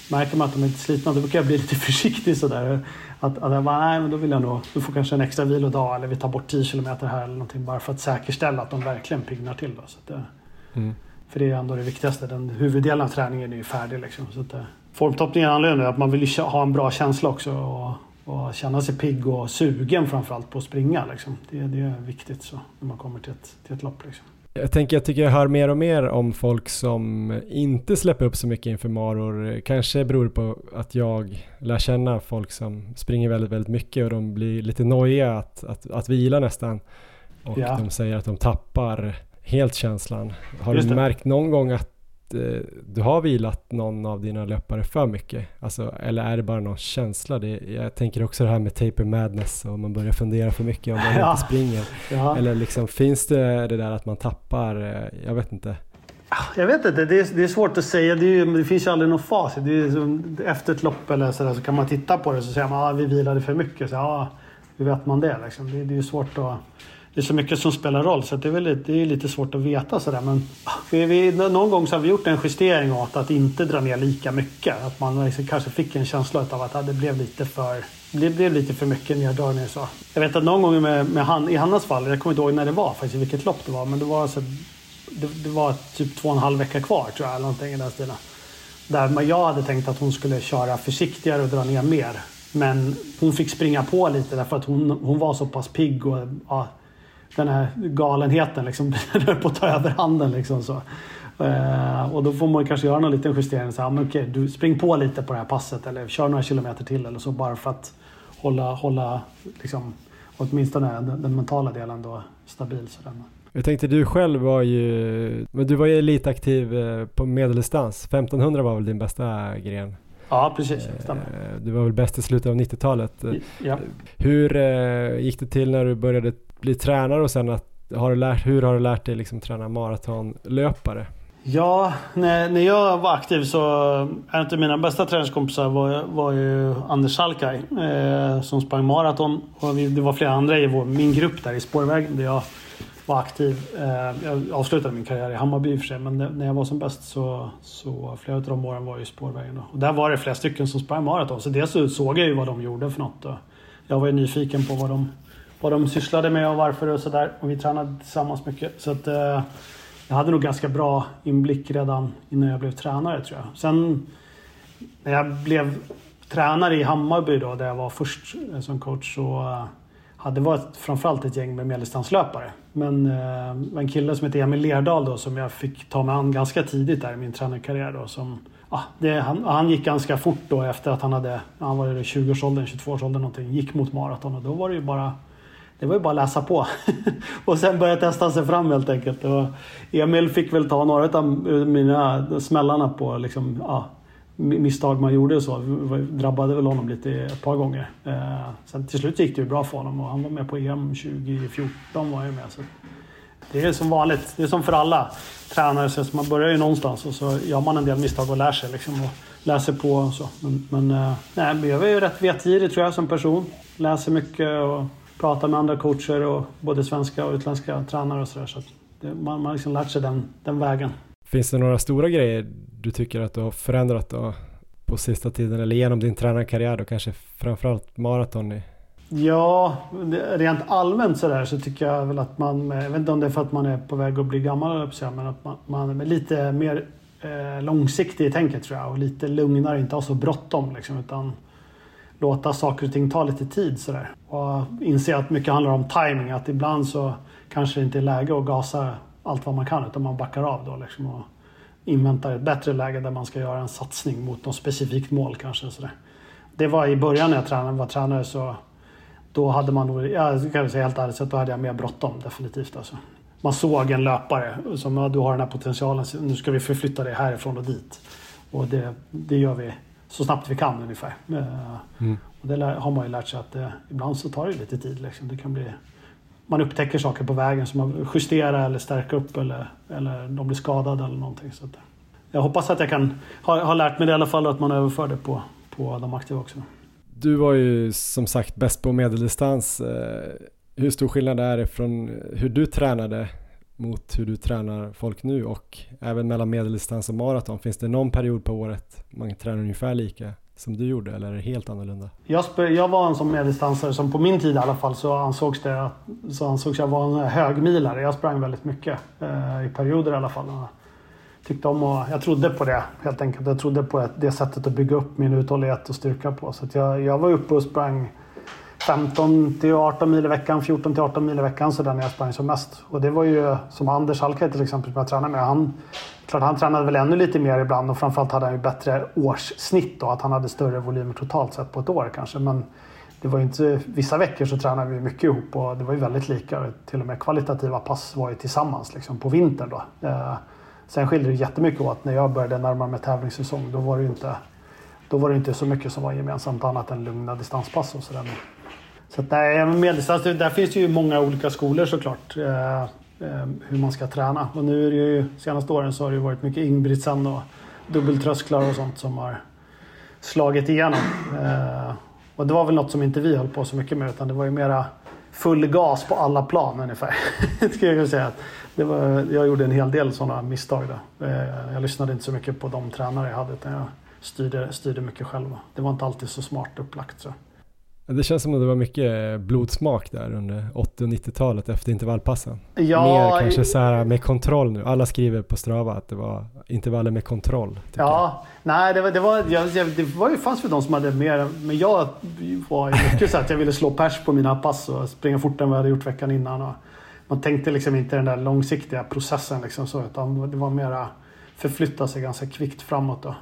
märker man att de är lite slitna, då brukar jag bli lite försiktig sådär. Att jag bara, nej men då vill jag nog, du får kanske en extra vilodag eller vi tar bort 10 kilometer här eller någonting bara för att säkerställa att de verkligen pignar till då. Så att för det är ändå det viktigaste, den huvuddelen av träningen är ju färdig liksom. Så att formtoppningen handlar om att man vill ha en bra känsla också och känna sig pigg och sugen framförallt på att springa liksom. Det är viktigt så när man kommer till ett lopp liksom. Jag tycker jag hör mer och mer om folk som inte släpper upp så mycket inför maror. Kanske beror på att jag lär känna folk som springer väldigt, väldigt mycket och de blir lite nojiga att vila nästan. Och de säger att de tappar helt känslan. Har du märkt någon gång att du har vilat någon av dina löpare för mycket? Alltså, eller är det bara någon känsla? Jag tänker också det här med taper madness och man börjar fundera för mycket om man inte springer. Ja. Eller liksom, finns det där att man tappar? Jag vet inte. Jag vet inte, det är svårt att säga. Det finns ju aldrig någon facit. Det är efter ett lopp eller så kan man titta på det så säger man vi vilade för mycket. Så, hur vet man det? Liksom? Det är ju svårt att... Det är så mycket som spelar roll så att det är lite svårt att veta sådär. Men någon gång så har vi gjort en justering åt att inte dra ner lika mycket. Att man liksom kanske fick en känsla av att det blev lite för mycket neddragning. Så. Jag vet att någon gång i Hannas fall, jag kommer inte ihåg när det var faktiskt, vilket lopp det var. Men det var typ 2,5 veckor kvar tror jag, eller någonting i den stilen. Där jag hade tänkt att hon skulle köra försiktigare och dra ner mer. Men hon fick springa på lite därför att hon var så pass pigg och den här galenheten liksom höll på att ta över handen liksom så. Och då får man kanske göra någon liten justering så här, men okej, du spring på lite på det här passet eller kör några kilometer till eller så bara för att hålla liksom åtminstone den mentala delen då stabil så där. Jag tänkte du själv var ju elitaktiv på medeldistans. 1500 var väl din bästa gren? Ja, precis. Du var väl bäst i slutet av 90-talet. Ja. Hur gick det till när du började bli tränare och sen hur har du lärt dig liksom träna maratonlöpare? Ja, när jag var aktiv så en av mina bästa träningskompisar var ju Anders Salkaj som sprang maraton och det var flera andra i min grupp där i Spårvägen där jag var aktiv. Jag avslutade min karriär i Hammarby i och för sig, men när jag var som bäst så flera av de åren var ju Spårvägen då. Och där var det flera stycken som sprang maraton, så dels så såg jag ju vad de gjorde för något och jag var ju nyfiken på vad de sysslade med och varför och sådär. Och vi tränade tillsammans mycket. Så att jag hade nog ganska bra inblick redan innan jag blev tränare tror jag. Sen när jag blev tränare i Hammarby då, där jag var först som coach, så hade varit framförallt ett gäng med medeldistanslöpare. Men en kille som heter Emil Lerdal då, som jag fick ta mig an ganska tidigt där i min tränarkarriär då, som han gick ganska fort då efter att han var i 20-årsåldern, 22-årsåldern någonting, gick mot maraton och då var det ju bara att läsa på och sen börja testa sig fram helt enkelt. Och Emil fick väl ta några av mina smällarna på liksom, misstag man gjorde och så. Drabbade väl honom lite ett par gånger. Sen till slut gick det ju bra för honom och han var med på EM 2014 var jag med. Så det är som vanligt, det är som för alla tränare, så man börjar ju någonstans och så gör man en del misstag och lär sig liksom, och läser på och så. Men jag var ju rätt vetgirig tror jag som person. Läser mycket och pratar med andra coacher och både svenska och utländska tränare och sådär. Så man har liksom lärt sig den vägen. Finns det några stora grejer du tycker att du har förändrat då på sista tiden eller genom din tränarkarriär då, kanske framförallt maraton? Ja, rent allmänt sådär så tycker jag väl att jag vet inte om det är för att man är på väg att bli gammal men att man är lite mer långsiktig i tänket tror jag och lite lugnare, inte ha så bråttom liksom, utan låta saker och ting ta lite tid sådär. Och inse att mycket handlar om timing, att ibland så kanske det inte är läge att gasa allt vad man kan utan man backar av då liksom och inväntar ett bättre läge där man ska göra en satsning mot något specifikt mål kanske sådär. Det var i början när jag var tränare, så då hade man nog, jag kan säga helt ärligt, så då hade jag mer bråttom definitivt alltså. Man såg en löpare som du har den här potentialen, nu ska vi förflytta det härifrån och dit. Och det gör vi så snabbt vi kan ungefär. Och det har man ju lärt sig att ibland så tar det lite tid liksom. Det kan bli, man upptäcker saker på vägen som man justerar eller stärker upp eller de blir skadade eller någonting. Så att, jag hoppas att jag kan ha lärt mig det i alla fall och att man överför det på de aktiva också. Du var ju som sagt bäst på medeldistans. Hur stor skillnad är det från hur du tränade mot hur du tränar folk nu och även mellan medeldistans och maraton? Finns det någon period på året man tränar ungefär lika som du gjorde eller är det helt annorlunda? Jag var en sån medeldistansare som på min tid i alla fall så ansågs jag vara en högmilare. Jag sprang väldigt mycket i perioder i alla fall. Jag trodde på det helt enkelt. Jag trodde på det sättet att bygga upp min uthållighet och styrka på. Så att jag var uppe och sprang 15-18 mil i veckan, 14-18 mil i veckan så där när jag sprang som mest. Och det var ju som Anders Hallkaj till exempel som jag tränade med. Han tränade väl ännu lite mer ibland och framförallt hade han ju bättre årssnitt då. Att han hade större volymer totalt sett på ett år kanske. Men det var ju inte, vissa veckor så tränade vi mycket ihop och det var ju väldigt lika. Till och med kvalitativa pass var ju tillsammans liksom, på vintern då. Sen skilde det jättemycket åt när jag började närmare med tävlingssäsong. Då var det inte så mycket som var gemensamt annat än lugna distanspass och sådär. Så att medeldistans, där finns det ju många olika skolor såklart. Hur man ska träna. Och nu är det ju, senaste åren så har det varit mycket Ingebrigtsen och dubbeltrösklar och sånt som har slagit igenom. Och det var väl något som inte vi höll på så mycket med utan det var ju mera full gas på alla plan ungefär. Ska jag säga. Jag gjorde en hel del sådana misstag då. Jag lyssnade inte så mycket på de tränare jag hade utan jag styrde mycket själv. Det var inte alltid så smart upplagt så. Det känns som att det var mycket blodsmak där under 80- och 90-talet efter intervallpassen. Ja, mer kanske så här med kontroll nu. Alla skriver på Strava att det var intervaller med kontroll. Ja, nej det var ju fanns för de som hade mer. Men jag var ju mycket så att jag ville slå pers på mina pass och springa fortare än vad jag hade gjort veckan innan. Och man tänkte liksom inte den där långsiktiga processen liksom så, utan det var mera förflytta sig ganska kvickt framåt då.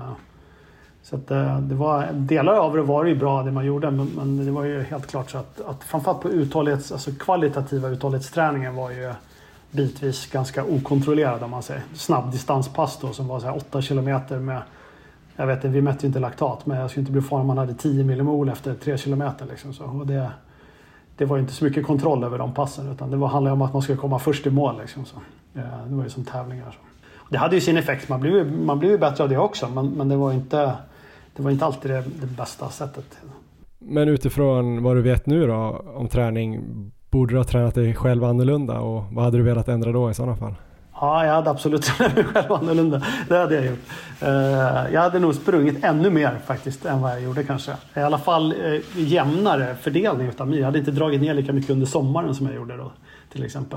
Så att det var delar av det var ju bra det man gjorde men det var ju helt klart så att framförallt på alltså kvalitativa uthållighetsträningen var ju bitvis ganska okontrollerad om man säger. Snabb distanspass då som var så här 8 kilometer med, jag vet inte, vi mätte ju inte laktat men jag skulle inte bli farlig om man hade 10 millimol efter 3 kilometer liksom så. Och det var ju inte så mycket kontroll över de passen utan det handlade om att man skulle komma först i mål liksom så. Det var ju som tävlingar så. Det hade ju sin effekt, man blev ju bättre av det också men det var inte alltid det bästa sättet. Men utifrån vad du vet nu då om träning, borde du ha tränat dig själv annorlunda och vad hade du velat ändra då i sådana fall? Ja, jag hade absolut tränat mig själv annorlunda. Det hade jag gjort. Jag hade nog sprungit ännu mer faktiskt än vad jag gjorde kanske. I alla fall jämnare fördelning utav mig. Jag hade inte dragit ner lika mycket under sommaren som jag gjorde då till exempel.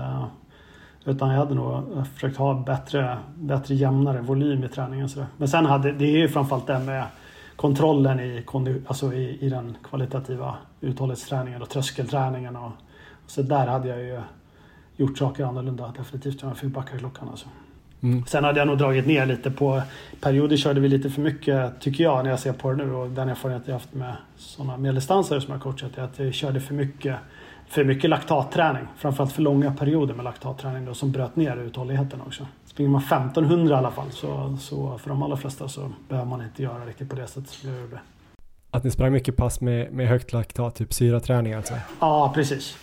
Utan jag hade nog försökt ha bättre jämnare volym i träningen. Så. Men sen det är ju framförallt det med kontrollen i den kvalitativa uthållighetsträningen och tröskelträningen. Och så där hade jag ju gjort saker annorlunda definitivt om jag fick backa klockan. Alltså. Sen hade jag nog dragit ner lite på perioder körde vi lite för mycket tycker jag när jag ser på det nu och den erfarenhet jag haft med sådana medeldistansare som jag coachat är att jag körde för mycket laktatträning. Framförallt för långa perioder med laktatträning då, som bröt ner uthålligheten också. Springer man 1500 i alla fall så för de allra flesta så behöver man inte göra riktigt på det sättet som jag gjorde. Att ni sprang mycket pass med högt laktat, typ syraträning alltså? Ja, precis.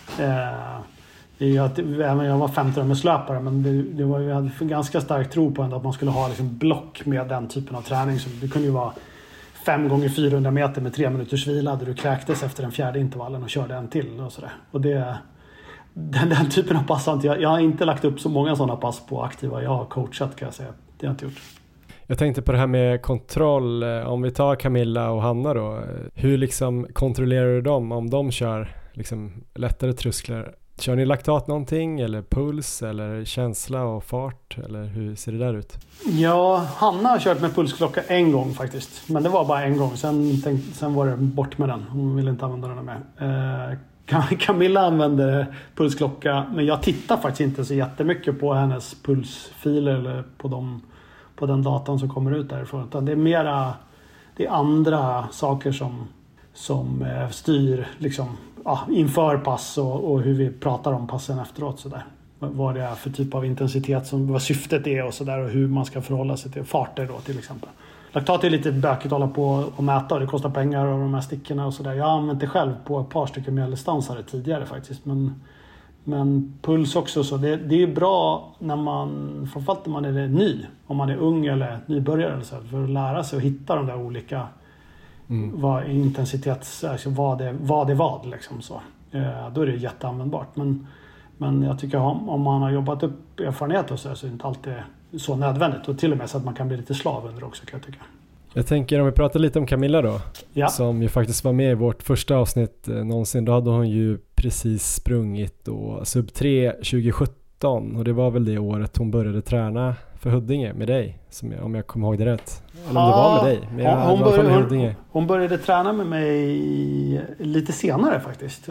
Även jag var 15 med slöpare men vi hade ganska stark tro på ändå att man skulle ha liksom block med den typen av träning. Så det kunde ju vara 5 gånger 400 meter med 3 minuters vila där du kräktes efter den fjärde intervallen och körde en till och sådär. Och den typen av pass jag har inte lagt upp så många sådana pass på aktiva jag har coachat kan jag säga. Det har jag inte gjort. Jag tänkte på det här med kontroll. Om vi tar Camilla och Hanna då. Hur liksom kontrollerar du dem om de kör liksom lättare trösklar? Kör ni laktat någonting eller puls eller känsla och fart eller hur ser det där ut? Ja, Hanna har kört med pulsklocka en gång faktiskt. Men det var bara en gång. Sen var det bort med den. Hon ville inte använda den med. Camilla använder pulsklocka men jag tittar faktiskt inte så jättemycket på hennes pulsfiler eller på den datan som kommer ut därifrån. Utan det är andra saker som styr liksom inför pass och hur vi pratar om passen efteråt så där. Vad det är för typ av intensitet vad syftet är och så där och hur man ska förhålla sig till farter då till exempel. Laktat är lite bökigt att hålla på och mäta och det kostar pengar och de här stickorna och så där. Jag har använt det själv på ett par stycken medeldistansare tidigare faktiskt men puls också så det är bra framförallt när man är ny om man är ung eller nybörjare eller så för att lära sig att hitta de där olika vad intensitets alltså vad är vad liksom så. Då är det jätteanvändbart men Men jag tycker om man har jobbat upp erfarenhet och så är det inte alltid så nödvändigt. Och till och med så att man kan bli lite slav under också, kan jag tycka. Jag tänker om vi pratar lite om Camilla då. Ja. Som ju faktiskt var med i vårt första avsnitt någonsin. Då hade hon ju precis sprungit då sub 3 2017. Och det var väl det året hon började träna för Huddinge med dig. Om jag kommer ihåg det rätt. Eller om det var med dig. Men hon började träna med mig lite senare faktiskt.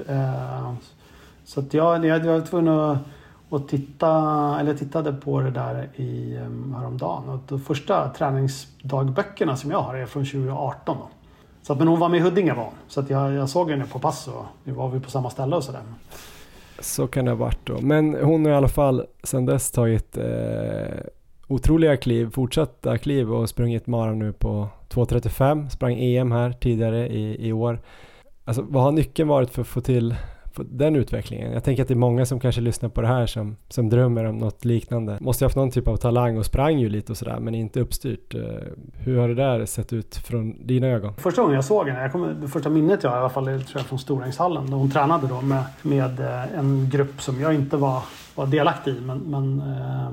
Så att jag var tvungen att tittade på det där häromdagen. Och de första träningsdagböckerna som jag har är från 2018 då. Så att, men hon var med i Huddinge var. Så att jag såg henne på pass och nu var vi på samma ställe och sådär. Så kan det ha varit då. Men hon har i alla fall sedan dess tagit otroliga fortsatta kliv och sprungit mara nu på 2.35. Sprang EM här tidigare i år. Alltså vad har nyckeln varit för att få till den utvecklingen? Jag tänker att det är många som kanske lyssnar på det här som drömmer om något liknande. Måste ha haft någon typ av talang och sprang ju lite och sådär, men inte uppstyrt. Hur har det där sett ut från dina ögon? Första gången jag såg henne, det första minnet jag i alla fall tror jag från Storängshallen, då hon tränade då med en grupp som jag inte var delaktig i, men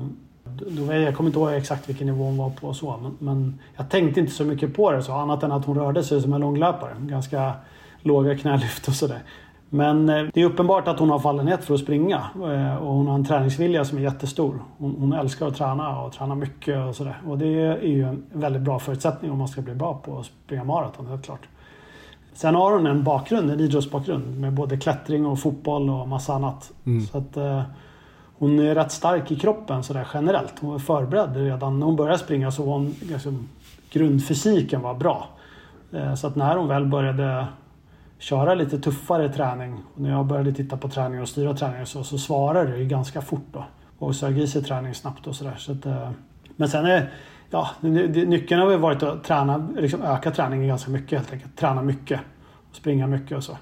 då jag kommer inte ihåg exakt vilken nivå hon var på och så, men jag tänkte inte så mycket på det så, annat än att hon rörde sig som en långlöpare, ganska låga knälyft och sådär. Men det är uppenbart att hon har fallenhet för att springa och hon har en träningsvilja som är jättestor. Hon älskar att träna och träna mycket och sådär. Och det är ju en väldigt bra förutsättning om man ska bli bra på att springa maraton, helt klart. Sen har hon en idrottsbakgrund med både klättring och fotboll och massa annat. Så att hon är rätt stark i kroppen sådär generellt. Hon var förberedd redan när hon började springa, så var hon, liksom, grundfysiken var bra. Så att när hon väl började köra lite tuffare träning, och när jag började titta på träning och styra träning så svarade det ju ganska fort då. Och sög i sig träning snabbt och sådär. Så men sen nyckeln har väl varit att träna, liksom öka träningen ganska mycket helt enkelt. Träna mycket, springa mycket och så.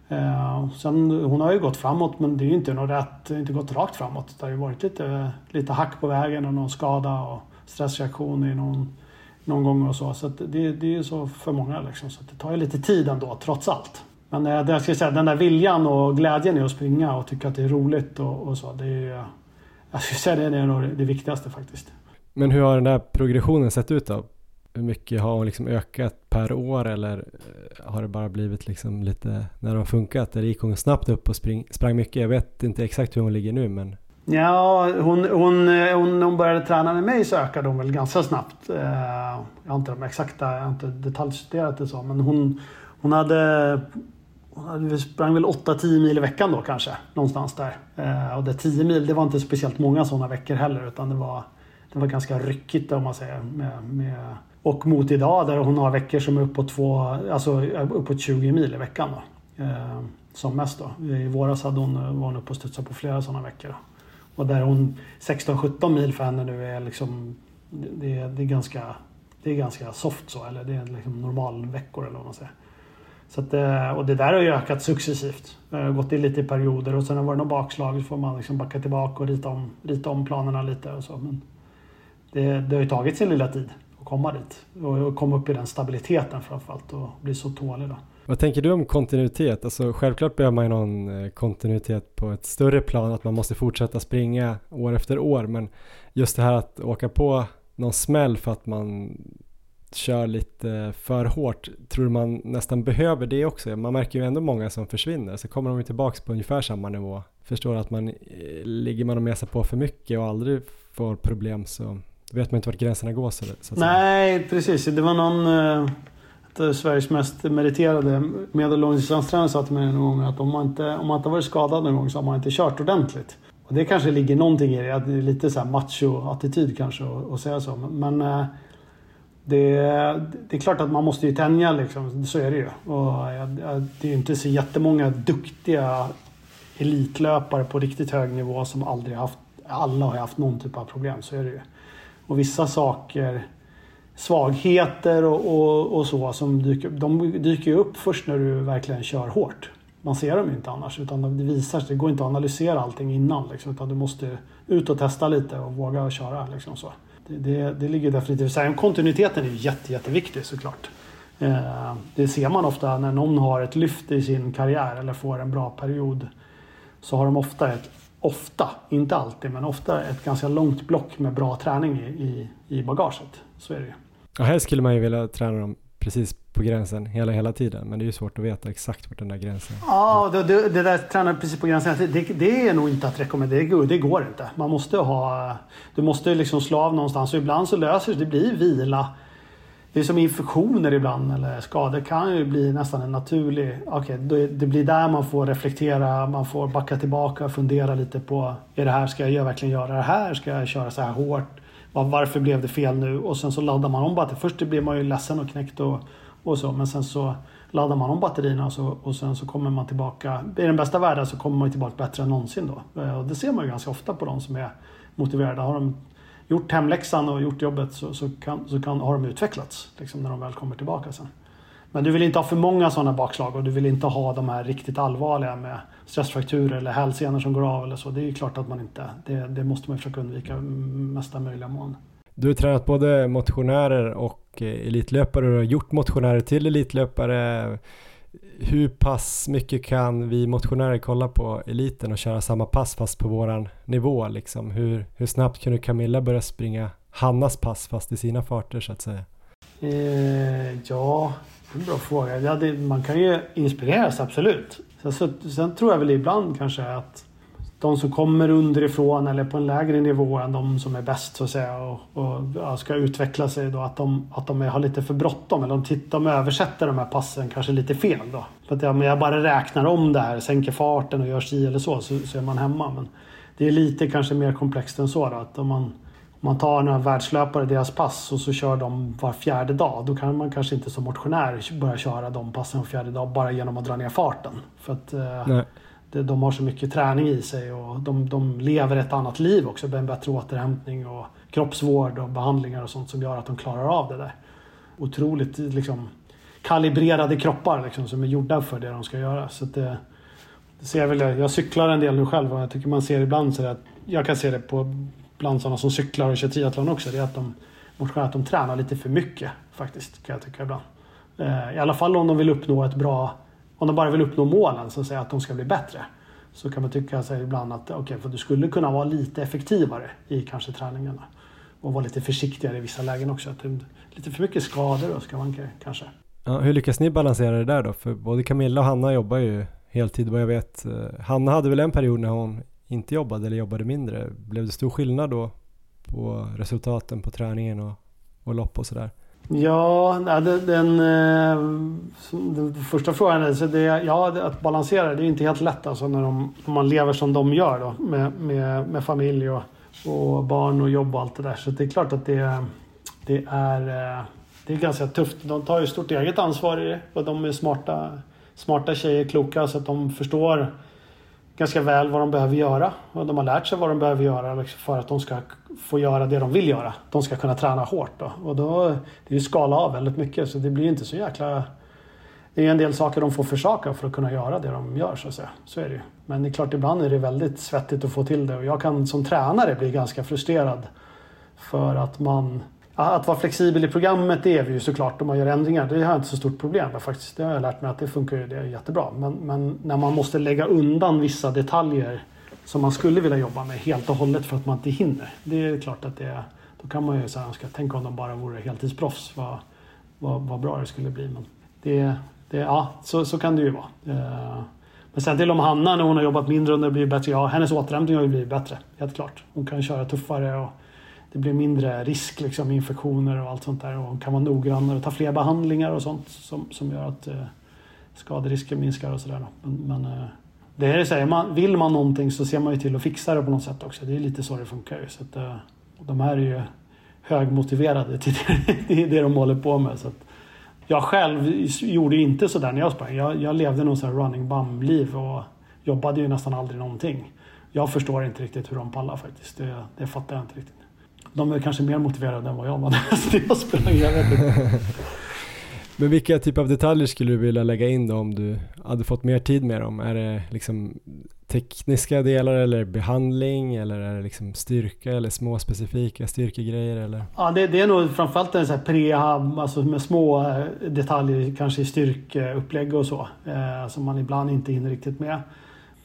Sen, hon har ju gått framåt, men det är ju inte något rätt, inte gått rakt framåt. Det har ju varit lite hack på vägen och någon skada och stressreaktion i någon gång och så. Så att det är ju så för många liksom. Så att det tar ju lite tid ändå, trots allt. Men jag ska säga, den där viljan och glädjen i att springa och tycka att det är roligt och så. Det är, jag ska säga, det är nog det viktigaste faktiskt. Men hur har den där progressionen sett ut då? Hur mycket har hon liksom ökat per år, eller har det bara blivit liksom lite när de funkat? Eller gick hon snabbt upp och sprang mycket? Jag vet inte exakt hur hon ligger nu, men... Ja, hon började träna med mig så ökade hon väl ganska snabbt. Jag har inte de exakta, jag har inte detaljstuderat det så, men hon hade sprang väl 8-10 mil i veckan då kanske, någonstans där. Och det 10 mil, det var inte speciellt många sådana veckor heller, utan det var ganska ryckigt om man säger. Och mot idag där hon har veckor som är uppåt 20 mil i veckan då. Som mest då. I våras var hon uppe och studsade på flera sådana veckor då. Och där hon 16-17 mil för henne nu är liksom det är ganska soft så, eller det är liksom normalveckor eller vad man säger. Så att, och det där har ju ökat successivt. Gått in lite i perioder och sen har det varit någon bakslag, så får man liksom backa tillbaka och rita om planerna lite och så. Men det har ju tagit sin lilla tid att komma dit och komma upp i den stabiliteten framförallt och bli så tålig då. Vad tänker du om kontinuitet? Alltså självklart behöver man ju någon kontinuitet på ett större plan, att man måste fortsätta springa år efter år, men just det här att åka på någon smäll för att man kör lite för hårt, tror man nästan behöver det också. Man märker ju ändå många som försvinner, så kommer de ju tillbaka på ungefär samma nivå. Förstår att ligger man och mesar på för mycket och aldrig får problem, så vet man inte vart gränserna går. Så nej, precis. Det var någon Sveriges mest meriterade medel- och långdistanstränare sa till mig en gång att om man inte varit skadad någon gång så har man inte kört ordentligt. Och det kanske ligger någonting i det, att det är lite så här macho-attityd kanske att säga så. Men det är klart att man måste ju tänja liksom, så är det ju. Och det är ju inte så jättemånga duktiga elitlöpare på riktigt hög nivå som alla har haft någon typ av problem, så är det ju. Och vissa saker, svagheter och så som dyker ju upp först när du verkligen kör hårt. Man ser dem inte annars, utan det visar sig. Det går inte att analysera allting innan liksom, utan du måste ut och testa lite och våga köra liksom så. Det ligger definitivt. Så kontinuiteten är ju jätteviktig såklart. Det ser man ofta när någon har ett lyft i sin karriär eller får en bra period, så har de ofta ofta, inte alltid, men ofta ett ganska långt block med bra träning i bagaget. Så är det ju. Ja, här skulle man ju vilja träna dem precis på gränsen hela tiden, men det är ju svårt att veta exakt vart den där gränsen är. Ja, det där träna precis på gränsen, det är nog inte att rekommendera. Det går inte. Du måste liksom slå av någonstans, och ibland så löser det blir vila. Det är som infektioner ibland, eller skador kan ju bli nästan en naturlig... det blir där man får reflektera, man får backa tillbaka och fundera lite på, ska jag verkligen göra det här? Ska jag köra så här hårt? Varför blev det fel nu? Och sen så laddar man om batterierna. Först blir man ju ledsen och knäckt och så, men sen så laddar man om batterierna och sen så kommer man tillbaka. I den bästa världen så kommer man tillbaka bättre än någonsin då. Och det ser man ju ganska ofta på de som är motiverade. Har de gjort hemläxan och gjort jobbet har de utvecklats liksom, när de väl kommer tillbaka sen. Men du vill inte ha för många sådana bakslag, och du vill inte ha de här riktigt allvarliga med stressfrakturer eller hälsenor som går av eller så. Det är ju klart att man inte, det måste man försöka undvika mesta möjliga mån. Du har tränat både motionärer och elitlöpare, och har gjort motionärer till elitlöpare. Hur pass mycket kan vi motionärer kolla på eliten och köra samma pass fast på våran nivå? Liksom? Hur snabbt kunde Camilla börja springa Hannas pass fast i sina farter så att säga? Ja, en bra fråga. Ja, man kan ju inspireras, absolut. Sen tror jag väl ibland kanske att de som kommer underifrån eller på en lägre nivå än de som är bäst så att säga och ska utveckla sig då, att de har lite för bråttom, eller de översätter de här passen kanske lite fel då. För att jag bara räknar om det här, sänker farten och gör si eller så är man hemma. Men det är lite kanske mer komplext än så då, att om man tar några världslöpare deras pass och så kör de var fjärde dag, då kan man kanske inte som motionär börja köra de passen var fjärde dag bara genom att dra ner farten. För att de har så mycket träning i sig, och de lever ett annat liv också med en bättre återhämtning och kroppsvård och behandlingar och sånt som gör att de klarar av det där. Otroligt liksom kalibrerade kroppar liksom, som är gjorda för det de ska göra. Så att det ser jag cyklar en del nu själv, och jag tycker man ser ibland så att jag kan se det på bland sådana som cyklar och kör triathlon också, det är att de tränar lite för mycket faktiskt, kan jag tycka ibland. I alla fall om de vill uppnå om de bara vill uppnå målen, så att säga att de ska bli bättre, så kan man tycka sig ibland att för du skulle kunna vara lite effektivare i kanske träningarna och vara lite försiktigare i vissa lägen också. Att det är lite för mycket skador då, ska man kanske. Ja, hur lyckas ni balansera det där då? För både Camilla och Hanna jobbar ju heltid, vad jag vet. Hanna hade väl en period när hon inte jobbade eller jobbade mindre. Blev det stor skillnad då på resultaten på träningen och lopp och sådär? Ja, den första frågan är att balansera, det är inte helt lätt alltså om man lever som de gör då, med familj och barn och jobb och allt det där. Så det är klart att det är ganska tufft. De tar ju stort eget ansvar i det, och de är smarta tjejer, kloka, så att de förstår ganska väl vad de behöver göra, och de har lärt sig vad de behöver göra för att de ska få göra det de vill göra. De ska kunna träna hårt då. Och då det är ju skala av väldigt mycket, så det blir inte så jäkla... Det är en del saker de får försaka för att kunna göra det de gör, så att säga. Så är det ju. Men det är klart, ibland är det väldigt svettigt att få till det, och jag kan som tränare bli ganska frustrerad för att att vara flexibel i programmet, det är vi ju såklart om man gör ändringar. Det har jag inte så stort problem med faktiskt. Det har jag lärt mig att det funkar ju, det är jättebra. Men när man måste lägga undan vissa detaljer som man skulle vilja jobba med helt och hållet för att man inte hinner. Det är klart att då kan man ju säga, jag ska tänka om de bara vore heltidsproffs, vad bra det skulle bli. Men så kan det ju vara. Men sen till om Hanna, när hon har jobbat mindre och det blir bättre, hennes återhämtning har ju blivit bättre, helt klart. Hon kan köra tuffare och det blir mindre risk liksom, infektioner och allt sånt där, och kan vara noggrannare och ta fler behandlingar och sånt som gör att skaderisken minskar och sådär. Men det är det säger, vill man någonting så ser man ju till att fixa det på något sätt också. Det är lite så det funkar ju. Så att, de här är ju högmotiverade till det de håller på med. Så att jag själv gjorde inte så där när jag sprang. Jag levde någon sån här running bum-liv och jobbade ju nästan aldrig någonting. Jag förstår inte riktigt hur de pallar faktiskt. Det fattar jag inte riktigt. De är kanske mer motiverade än vad jag var när jag sprang. Jag vet inte. Men vilka typer av detaljer skulle du vilja lägga in då om du hade fått mer tid med dem? Är det liksom tekniska delar eller behandling, eller är det liksom styrka eller små specifika styrkegrejer? Eller? Ja, det är nog framförallt en sån här prehab, alltså med små detaljer kanske i styrkeupplägg och så, som man ibland inte hinner riktigt med.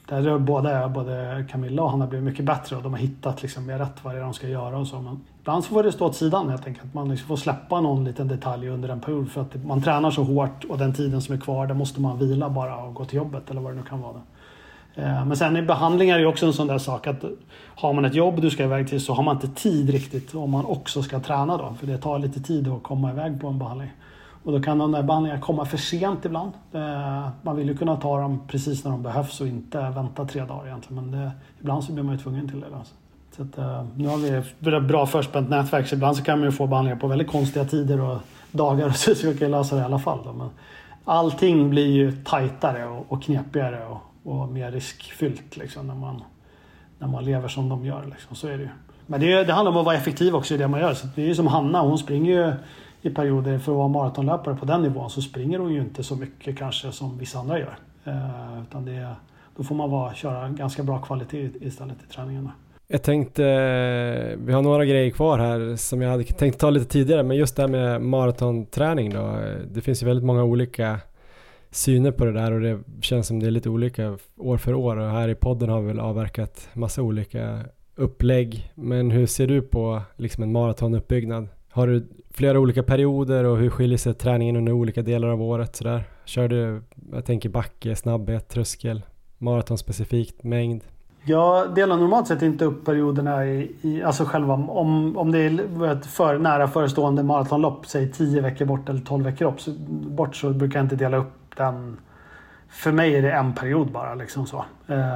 Där är både Camilla och Hanna blivit mycket bättre och de har hittat liksom mer rätt vad det är de ska göra och så. Men ibland så får det stå åt sidan helt enkelt. Man liksom får släppa någon liten detalj under en period för att man tränar så hårt och den tiden som är kvar, där måste man vila bara och gå till jobbet eller vad det nu kan vara. Men sen i behandlingar är det också en sån där sak att har man ett jobb du ska iväg till så har man inte tid riktigt om man också ska träna då. För det tar lite tid att komma iväg på en behandling. Och då kan de där behandlingarna komma för sent ibland. Man vill ju kunna ta dem precis när de behövs och inte vänta 3 dagar egentligen. Men ibland så blir man ju tvungen till det. Alltså. Så att, nu har vi ett bra förspänt nätverk. Så ibland så kan man ju få behandlingar på väldigt konstiga tider och dagar. Så försöker lösa det i alla fall. Då. Men allting blir ju tajtare och knepigare och mer riskfyllt liksom, när man lever som de gör. Liksom. Så är det ju. Men det handlar om att vara effektiv också i det man gör. Så det är ju som Hanna, hon springer ju i perioder för att vara maratonlöpare på den nivån så springer hon ju inte så mycket kanske som vissa andra gör. Utan då får man köra ganska bra kvalitet istället i träningarna. Jag tänkte, vi har några grejer kvar här som jag hade tänkt ta lite tidigare, men just det här med maratonträning då. Det finns ju väldigt många olika syner på det där och det känns som det är lite olika år för år och här i podden har vi väl avverkat massa olika upplägg. Men hur ser du på liksom en maratonuppbyggnad? Har du flera olika perioder och hur skiljer sig träningen under olika delar av året? Sådär? Kör du, jag tänker backe, snabbhet, tröskel, maratonspecifikt, mängd? Jag delar normalt sett inte upp perioderna i alltså själva, om det är ett nära förestående maratonlopp, säg 10 veckor bort eller 12 veckor bort så brukar jag inte dela upp den. För mig är det en period bara liksom så.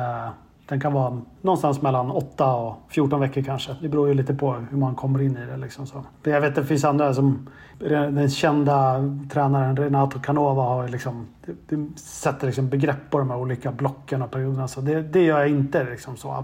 Den kan vara någonstans mellan 8 och 14 veckor kanske. Det beror ju lite på hur man kommer in i det. Liksom så. Jag vet att det finns andra som den kända tränaren Renato Canova har liksom, det sätter liksom begrepp på de här olika blocken och perioderna. Så det gör jag inte. Liksom så.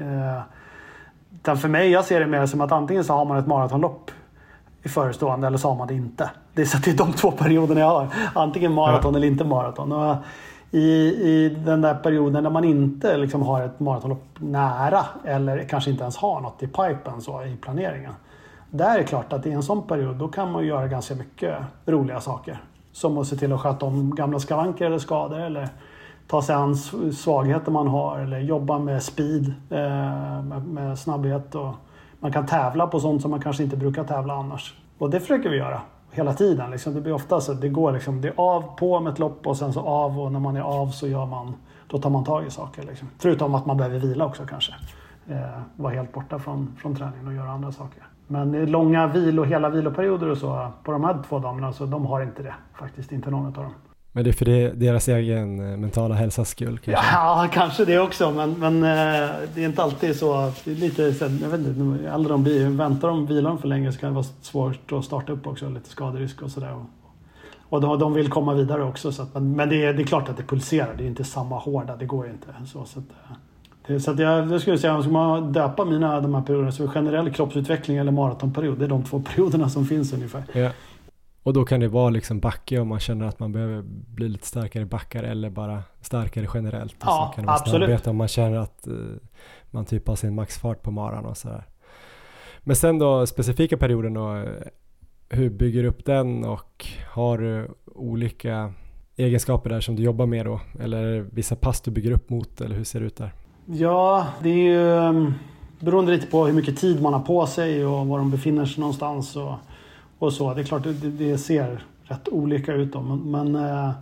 För mig, jag ser det mer som att antingen så har man ett maratonlopp i förestående eller så har man det inte. Det är de 2 perioderna jag har. Antingen maraton eller inte maraton. Och i den där perioden när man inte liksom har ett maratonlopp nära eller kanske inte ens har något i pipen så i planeringen. Där är det klart att i en sån period då kan man göra ganska mycket roliga saker. Som att se till att sköta om gamla skavanker eller skador eller ta sig an svagheter man har eller jobba med speed, med snabbhet och man kan tävla på sånt som man kanske inte brukar tävla annars. Och det försöker vi göra. Hela tiden. Liksom. Det blir ofta så att det går liksom, det är av på med ett lopp och sen så av och när man är av så då tar man tag i saker. Liksom. Förutom att man behöver vila också kanske. Vara helt borta från träningen och göra andra saker. Men långa hela viloperioder och så på de här 2 damerna så de har inte det. Faktiskt inte någon av dem. Men det är för deras egen mentala hälsas skull kanske? Ja, kanske det också. Men det är inte alltid så. Det är lite så, jag vet inte, äldre de blir, väntar de vilar för länge så kan det vara svårt att starta upp också. Lite skaderisk och sådär. Och de vill komma vidare också. Så att, men det är klart att det pulserar. Det är inte samma hårda. Det går inte. Så att jag skulle säga, om man döpa de här perioderna så generell kroppsutveckling eller maratonperiod. Det är de 2 perioderna som finns ungefär. Ja. Och då kan det vara liksom backe om man känner att man behöver bli lite starkare i backar eller bara starkare generellt. Och ja, så kan det vara absolut. Snabbhet om man känner att man typ har sin maxfart på maran och sådär. Men sen då specifika perioden då, hur bygger du upp den och har du olika egenskaper där som du jobbar med då? Eller vissa pass du bygger upp mot eller hur ser det ut där? Ja, det är ju beroende lite på hur mycket tid man har på sig och var de befinner sig någonstans och så. Det är klart det ser rätt olika ut då. Men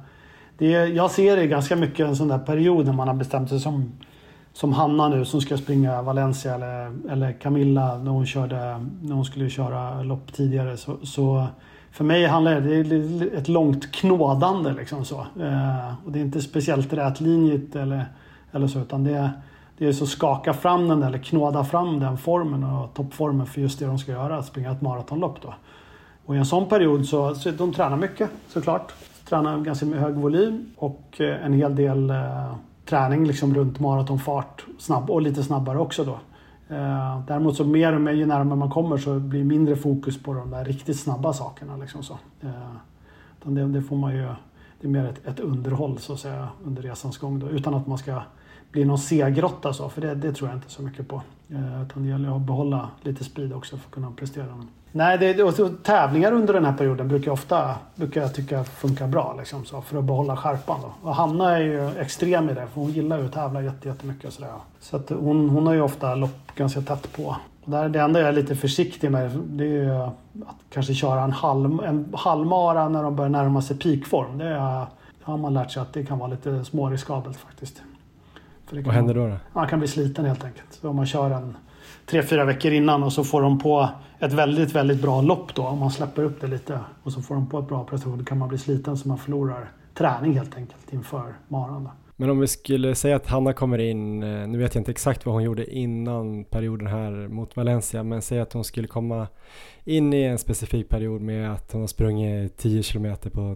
jag ser det ganska mycket en sån där period när man har bestämt sig som Hanna nu som ska springa Valencia eller Camilla när hon skulle köra lopp tidigare. Så för mig handlar det ett långt knådande liksom så. Och det är inte speciellt rätlinjigt eller så utan det är så skaka fram den eller knåda fram den formen och toppformen för just det de ska göra, att springa ett maratonlopp då. Och i en sån period så de tränar mycket såklart. Tränar ganska hög volym och en hel del träning liksom runt maratonfart och lite snabbare också då. Däremot så mer och mer ju närmare man kommer så blir mindre fokus på de där riktigt snabba sakerna liksom så. Det får man ju, det är mer ett underhåll så att säga under resans gång då, utan att man ska blir någon segrotta så, för det tror jag inte så mycket på. Utan det gäller att behålla lite speed också för att kunna prestera. Nej, och tävlingar under den här perioden brukar jag tycka funkar bra liksom, så, för att behålla skärpan. Då. Och Hanna är ju extrem i det, för hon gillar ju att tävla jättemycket. Och sådär. Så att hon har ju ofta lopp ganska tätt på. Och det enda jag är lite försiktig med, det är ju att kanske köra en halvmara när de börjar närma sig peakform. Det har man lärt sig att det kan vara lite småriskabelt faktiskt. Vad händer då? Man kan bli sliten helt enkelt. Så om man kör en 3-4 veckor innan och så får de på ett väldigt, väldigt bra lopp då. Om man släpper upp det lite och så får de på ett bra prestation, då kan man bli sliten så man förlorar träning helt enkelt inför maran. Men om vi skulle säga att Hanna kommer in, nu vet jag inte exakt vad hon gjorde innan perioden här mot Valencia, men säg att hon skulle komma in i en specifik period med att hon har sprungit 10 kilometer på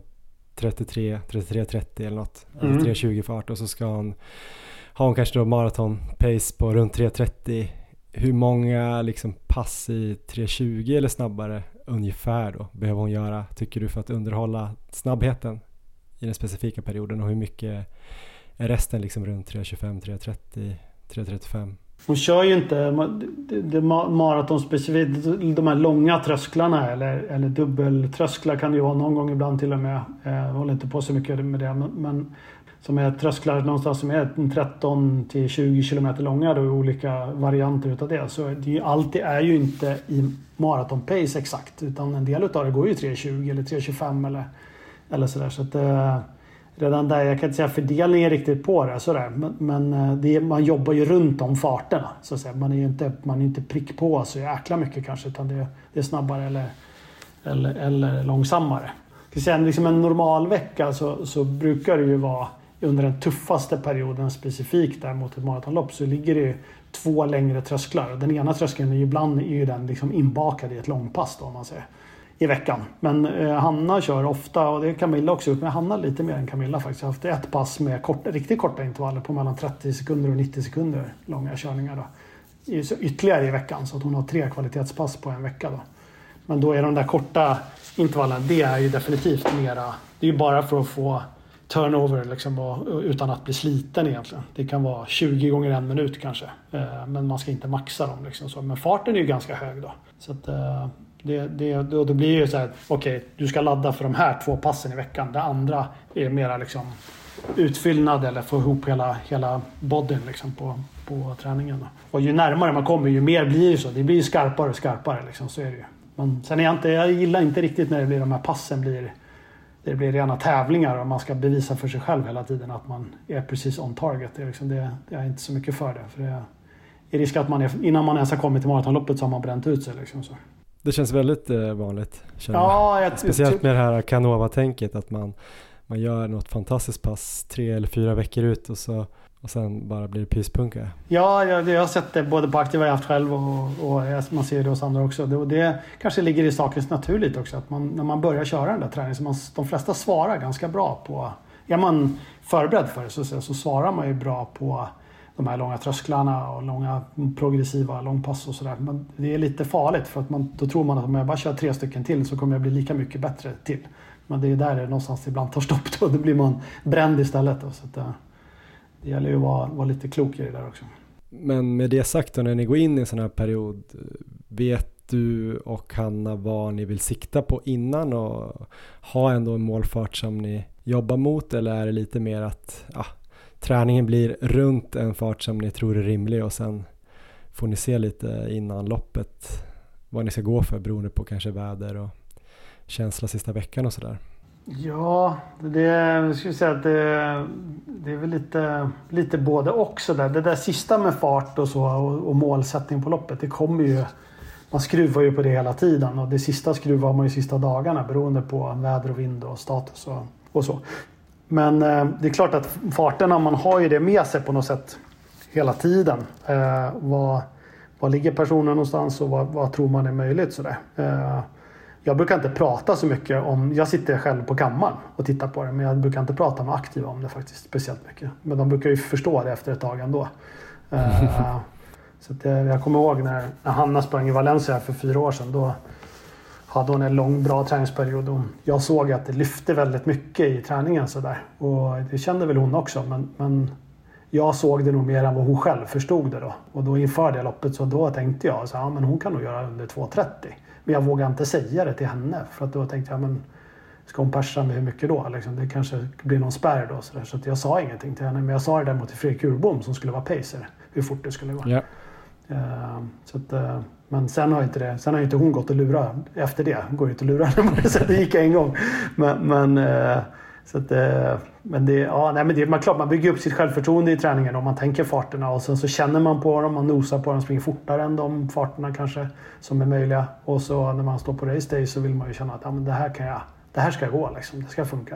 33-30 eller något, eller 3:20 fart, och så har hon kanske då maraton pace på runt 3:30. Hur många liksom pass i 3:20 eller snabbare ungefär då behöver hon göra, tycker du, för att underhålla snabbheten i den specifika perioden, och hur mycket är resten liksom runt 3:25, 3:30, 3:35? Hon kör ju inte det maratonspecifikt, de här långa trösklarna eller dubbeltrösklar kan det ju vara någon gång ibland till och med. Jag håller inte på så mycket med det, men som är trösklar någonstans som är 13-20 kilometer långa, då olika varianter utav det. Så allt är ju inte i maraton pace exakt, utan en del utav det går ju 3:20 eller 3:25 eller sådär. Så att redan där, jag kan inte säga fördelningen riktigt på det sådär, men man jobbar ju runt om farterna så att säga. Man är inte prick på så jäkla mycket kanske, utan det är snabbare eller långsammare. Liksom en normal vecka så brukar det ju vara under den tuffaste perioden specifikt där mot ett maratonlopp, så ligger det 2 längre trösklar. Den ena tröskeln är ju den liksom inbakad i ett långpass då, om man säger, i veckan. Men Hanna kör ofta, och det är Camilla också gjort, men Hanna lite mer än Camilla faktiskt. Jag har haft ett pass med riktigt korta intervaller på mellan 30 sekunder och 90 sekunder långa körningar då. Ytterligare i veckan, så att hon har 3 kvalitetspass på en vecka då. Men då är de där korta intervallerna, det är ju definitivt mera, det är ju bara för att få turnover liksom, utan att bli sliten egentligen. Det kan vara 20 gånger en minut kanske, men man ska inte maxa dem liksom så. Men farten är ju ganska hög då. Så att då blir det ju så här, okej, du ska ladda för de här 2 passen i veckan. Det andra är mera liksom utfyllnad eller få ihop hela bodyn liksom på träningen då. Och ju närmare man kommer, ju mer blir det så. Det blir ju skarpare och skarpare liksom, så är det ju. Men sen jag gillar inte riktigt när det blir de här passen det blir rena tävlingar och man ska bevisa för sig själv hela tiden att man är precis on target. Det är inte så mycket för det. För det är risk att innan man ens har kommit till maratonloppet så har man bränt ut sig liksom så. Det känns väldigt vanligt. Speciellt med det här Canova-tänket, att man gör något fantastiskt pass 3 eller 4 veckor ut och sen bara blir det pyspunka. Ja, jag har sett det både på aktiva jag haft själv och man ser det hos andra också. Det kanske ligger i sakens naturligt också, att när man börjar köra den där träningen, så de flesta svarar ganska bra på, är man förberedd för det så svarar man ju bra på de här långa trösklarna och långa progressiva långpass och sådär. Men det är lite farligt, för att då tror man att om jag bara kör 3 stycken till så kommer jag bli lika mycket bättre till. Men det är där det någonstans ibland tar stopp då blir man bränd istället då, så att det gäller ju att vara lite klok i det där också. Men med det sagt då, när ni går in i en sån här period, vet du och Hanna vad ni vill sikta på innan och ha ändå en målfart som ni jobbar mot, eller är det lite mer att träningen blir runt en fart som ni tror är rimlig och sen får ni se lite innan loppet vad ni ska gå för, beroende på kanske väder och känsla sista veckan och sådär? Ja, jag skulle säga att det är väl lite både också där. Det där sista med fart och så och målsättning på loppet, det kommer ju, man skruvar ju på det hela tiden, och det sista skruvar man ju sista dagarna beroende på väder och vind och status och så. Men det är klart att farterna, man har ju det med sig på något sätt hela tiden. Var ligger personen någonstans och vad tror man är möjligt sådär. Jag brukar inte prata så mycket om, jag sitter själv på kammaren och tittar på det, men jag brukar inte prata med aktiva om det faktiskt speciellt mycket. Men de brukar ju förstå det efter ett tag ändå. Så att jag kommer ihåg när Hanna sprang i Valencia för 4 år sedan, då hade hon en lång bra träningsperiod och jag såg att det lyfte väldigt mycket i träningen sådär. Och det kände väl hon också, men jag såg det nog mer än vad hon själv förstod det då. Och då inför det loppet så då tänkte jag så men hon kan nog göra under 2.30. Men jag vågade inte säga det till henne. För att då tänkte jag, men ska hon persa med hur mycket då? Liksom, det kanske blir någon spärr då. Så att jag sa ingenting till henne. Men jag sa det däremot till Fredrik Urbom som skulle vara pacer. Hur fort det skulle gå. Yeah. Så att, men sen har inte hon gått och lura efter det. Hon går ju inte och lura henne. Så det gick en gång. Men klart, man bygger upp sitt självförtroende i träningen om man tänker farterna och sen så känner man på dem, man nosar på dem, springer fortare än de farterna kanske som är möjliga. Och så när man står på race day så vill man ju känna att men det här ska gå liksom, det ska funka.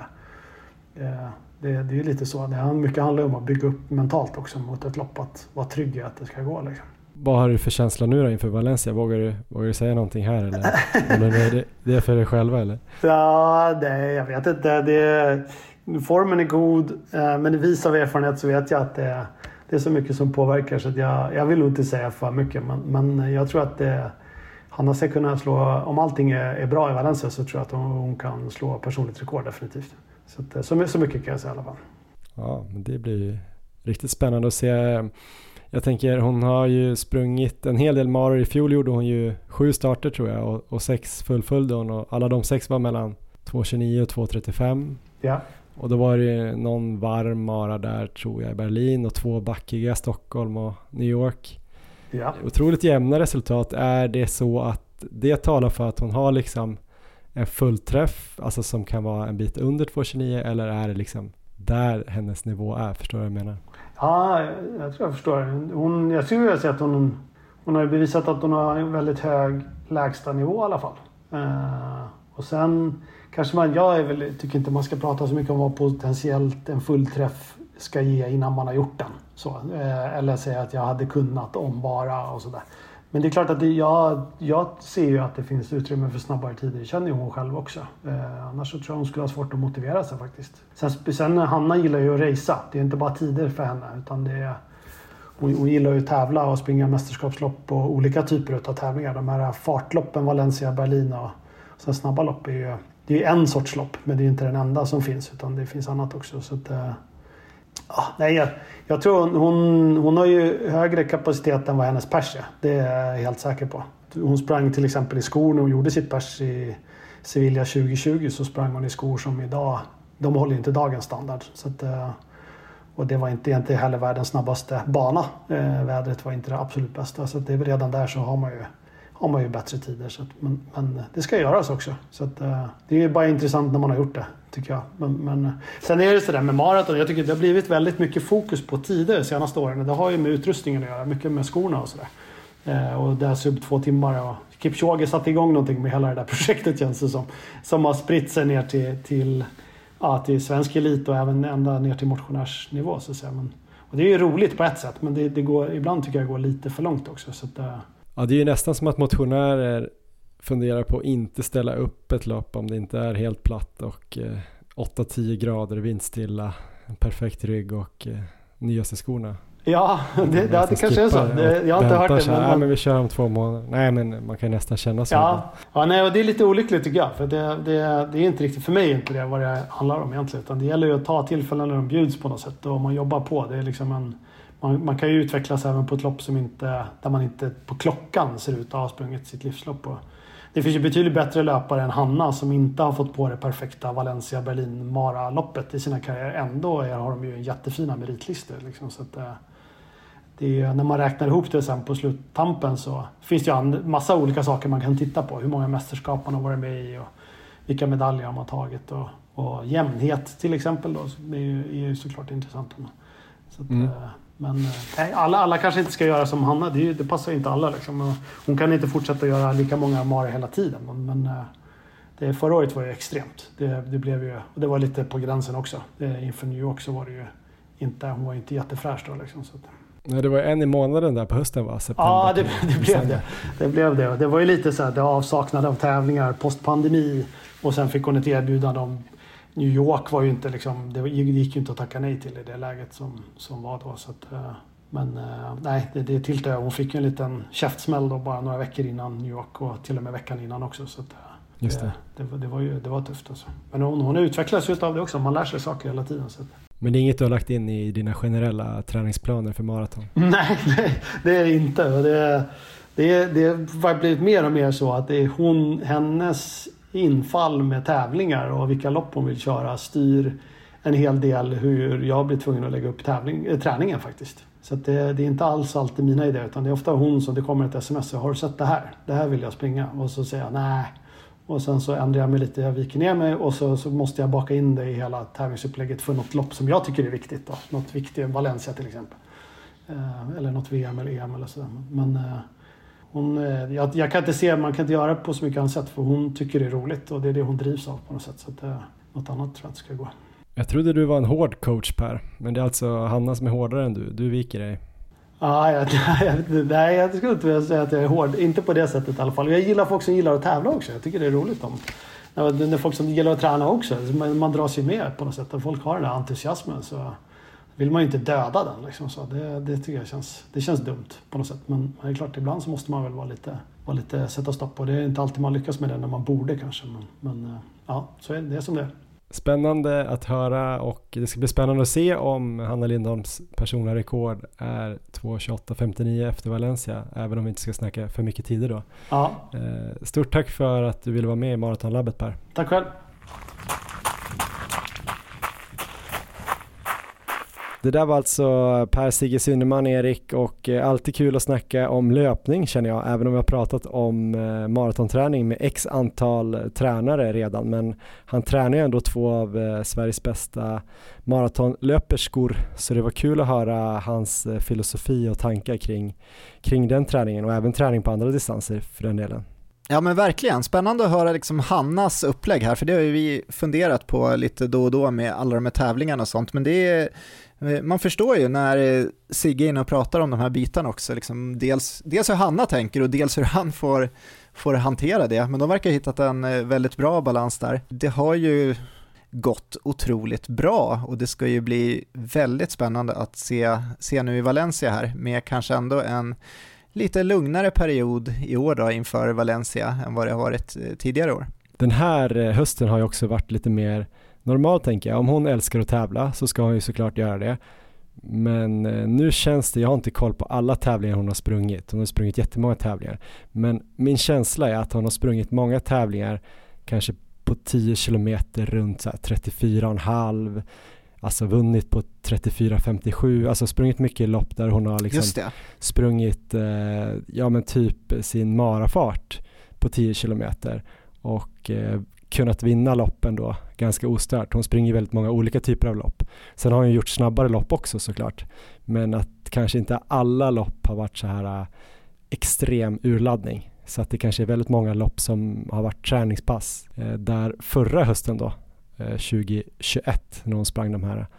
Det är ju lite så, mycket handlar om att bygga upp mentalt också mot ett lopp, att vara trygg i att det ska gå liksom. Vad har du för känsla nu då inför Valencia? Vågar du säga någonting här eller det är för dig själva eller? Ja, jag vet inte. Formen är god, men vis av erfarenhet så vet jag att det är så mycket som påverkar så att jag vill nog inte säga för mycket. Men jag tror att Hanna ska kunna slå, om allting är bra i Valencia så tror jag att hon kan slå personligt rekord definitivt. Så mycket kan jag säga i alla fall. Ja, men det blir riktigt spännande att se. Jag tänker, hon har ju sprungit en hel del maror. I fjol gjorde hon ju 7 starter tror jag och 6 fullföljde hon och alla de 6 var mellan 2.29 och 2.35. Ja. Och då var det någon varm mara där tror jag i Berlin och 2 backiga Stockholm och New York. Ja. Otroligt jämna resultat. Är det så att det talar för att hon har liksom en fullträff, alltså som kan vara en bit under 2.29 eller är det liksom där hennes nivå är? Förstår du vad jag menar? Ja, jag tror jag förstår. Jag skulle vilja säga att hon har ju bevisat att hon har en väldigt hög lägsta nivå i alla fall. Och sen kanske tycker inte man ska prata så mycket om vad potentiellt en fullträff ska ge innan man har gjort den. Så, eller säga att jag hade kunnat ombara och sådär. Men det är klart att jag ser ju att det finns utrymme för snabbare tider. Det känner ju hon själv också. Annars så tror jag hon skulle ha svårt att motivera sig faktiskt. Sen Hanna gillar ju att racea. Det är inte bara tider för henne. Utan hon gillar ju att tävla och springa mästerskapslopp och olika typer av tävlingar. De här fartloppen, Valencia, Berlin och sen snabba lopp är ju en sorts lopp. Men det är inte den enda som finns. Utan det finns annat också. Så att, jag tror hon har ju högre kapacitet än vad hennes pers är. Det är jag helt säker på. Hon sprang till exempel i skor när hon gjorde sitt pers i Sevilla 2020 så sprang hon i skor som idag, de håller inte dagens standard. Så att, och det var inte heller världens snabbaste bana. Vädret var inte det absolut bästa. Så att det är redan där så har man ju bättre tider. Så att, men det ska göras också. Så att, det är bara intressant när man har gjort det, tycker jag. Men sen är det så där med maraton. Jag tycker det har blivit väldigt mycket fokus på tider de senaste åren. Det har ju med utrustningen att göra. Mycket med skorna och sådär. Och det är sub 2 timmar. Och Kipchoge satte igång någonting med hela det där projektet känns det som har spritt sig ner till svensk elit och även ända ner till motionärsnivå. Så att säga. Och det är ju roligt på ett sätt. Men det går, ibland tycker jag går lite för långt också. Så att, ja, det är ju nästan som att motionärer funderar på att inte ställa upp ett lopp om det inte är helt platt och 8-10 grader vindstilla, en perfekt rygg och nyaste skorna. Ja, det kanske är så. Jag har inte hört det. Men vi kör om 2 månader. Nej, men man kan nästan känna så. Ja, nej, och det är lite olyckligt tycker jag. För det är inte riktigt, för mig inte det vad det handlar om egentligen. Utan det gäller ju att ta tillfällen när de bjuds på något sätt. Och man jobbar på. Det är liksom man kan ju utvecklas även på ett lopp där man inte på klockan ser ut att ha sprungit sitt livslopp. Och det finns ju betydligt bättre löpare än Hanna som inte har fått på det perfekta Valencia, Berlin, Mara-loppet i sina karriärer. Ändå har de ju en jättefina meritlistor. Liksom. Så att, det är, när man räknar ihop det sen på sluttampen så finns det ju en massa olika saker man kan titta på. Hur många mästerskap man har varit med i och vilka medaljer man har tagit. Och jämnhet till exempel då, det är ju såklart intressant. Så att, men alla kanske inte ska göra som Hanna. Det passar inte alla. Liksom. Hon kan inte fortsätta göra lika många maror hela tiden. Men förra året var ju extremt. Det blev ju, och det var lite på gränsen också. Inför New York så var det ju inte, hon var inte jättefräsch då. Liksom, så att. Nej, det var en i månaden där på hösten va? September, ja, det blev det. Det var ju lite så här, det avsaknad av tävlingar postpandemi. Och sen fick hon ett erbjudande om New York var ju inte liksom, det gick ju inte att tacka nej till i det läget som var då. Så att, men nej, det tilltade. Hon fick ju en liten käftsmäll då bara några veckor innan New York och till och med veckan innan också. Så att, Just det. Det var tufft alltså. Men hon utvecklas ut av det också. Man lär sig saker hela tiden. Så. Men det är inget du har lagt in i dina generella träningsplaner för maraton? Nej, det är det inte. Och det har blivit mer och mer så att det är hennes infall med tävlingar och vilka lopp hon vill köra styr en hel del hur jag blir tvungen att lägga upp träningen faktiskt. Så att det är inte alls alltid mina idéer, utan det är ofta hon som det kommer ett sms. Har du sett det här? Det här vill jag springa. Och så säger jag nej. Och sen så ändrar jag mig lite, jag viker ner mig och så måste jag baka in det i hela tävlingsupplägget för något lopp som jag tycker är viktigt. Då. Något viktigt, Valencia till exempel. Eller något VM eller EM eller sådär. Men jag kan inte se, man kan inte göra det på så mycket annat sätt, för hon tycker det är roligt och det är det hon drivs av på något sätt. Så att något annat tror jag att ska gå. Jag trodde du var en hård coach, Per. Men det är alltså Hanna som är hårdare än du. Du viker dig. Nej, jag skulle inte vilja säga att jag är hård. Inte på det sättet i alla fall. Jag gillar folk som gillar att tävla också. Jag tycker det är roligt det är folk som gillar att träna också. Man dras ju med på något sätt. När folk har den där entusiasmen så vill man ju inte döda den. Liksom. Så det tycker jag känns dumt på något sätt. Men det är klart, ibland så måste man väl vara lite sätta stopp på. Det är inte alltid man lyckas med det när man borde kanske. Men ja, så är det som det är. Spännande att höra, och det ska bli spännande att se om Hanna Lindholms personliga rekord är 2:28,59 efter Valencia, även om vi inte ska snacka för mycket tider då. Ja. Stort tack för att du ville vara med i Maratonlabbet, Per. Tack själv. Det där var alltså Per Sigge Synnerman, Erik, och alltid kul att snacka om löpning känner jag, även om jag har pratat om maratonträning med x antal tränare redan, men han tränar ju ändå 2 av Sveriges bästa maratonlöperskor, så det var kul att höra hans filosofi och tankar kring den träningen, och även träning på andra distanser för den delen. Ja men verkligen, spännande att höra liksom Hannas upplägg här, för det har ju vi funderat på lite då och då med alla de här tävlingarna och sånt, men det är, man förstår ju när Sigge är inne och pratar om de här bitarna också, liksom dels hur Hanna tänker och dels hur han får hantera det, men de verkar ha hittat en väldigt bra balans där. Det har ju gått otroligt bra och det ska ju bli väldigt spännande att se nu i Valencia här, med kanske ändå en lite lugnare period i år då inför Valencia än vad det har varit tidigare år. Den här hösten har ju också varit lite mer normal, tänker jag. Om hon älskar att tävla så ska hon ju såklart göra det. Men nu känns det, jag har inte koll på alla tävlingar hon har sprungit. Hon har sprungit jättemånga tävlingar. Men min känsla är att hon har sprungit många tävlingar, kanske på 10 kilometer runt så här 34,5. Alltså vunnit på 34,57, alltså sprungit mycket lopp där hon har liksom sprungit typ sin marafart på 10 kilometer och kunnat vinna loppen då ganska ostört. Hon springer väldigt många olika typer av lopp. Sen har hon gjort snabbare lopp också såklart, men att kanske inte alla lopp har varit så här extrem urladdning, så att det kanske är väldigt många lopp som har varit träningspass där förra hösten då 2021 när hon sprang de här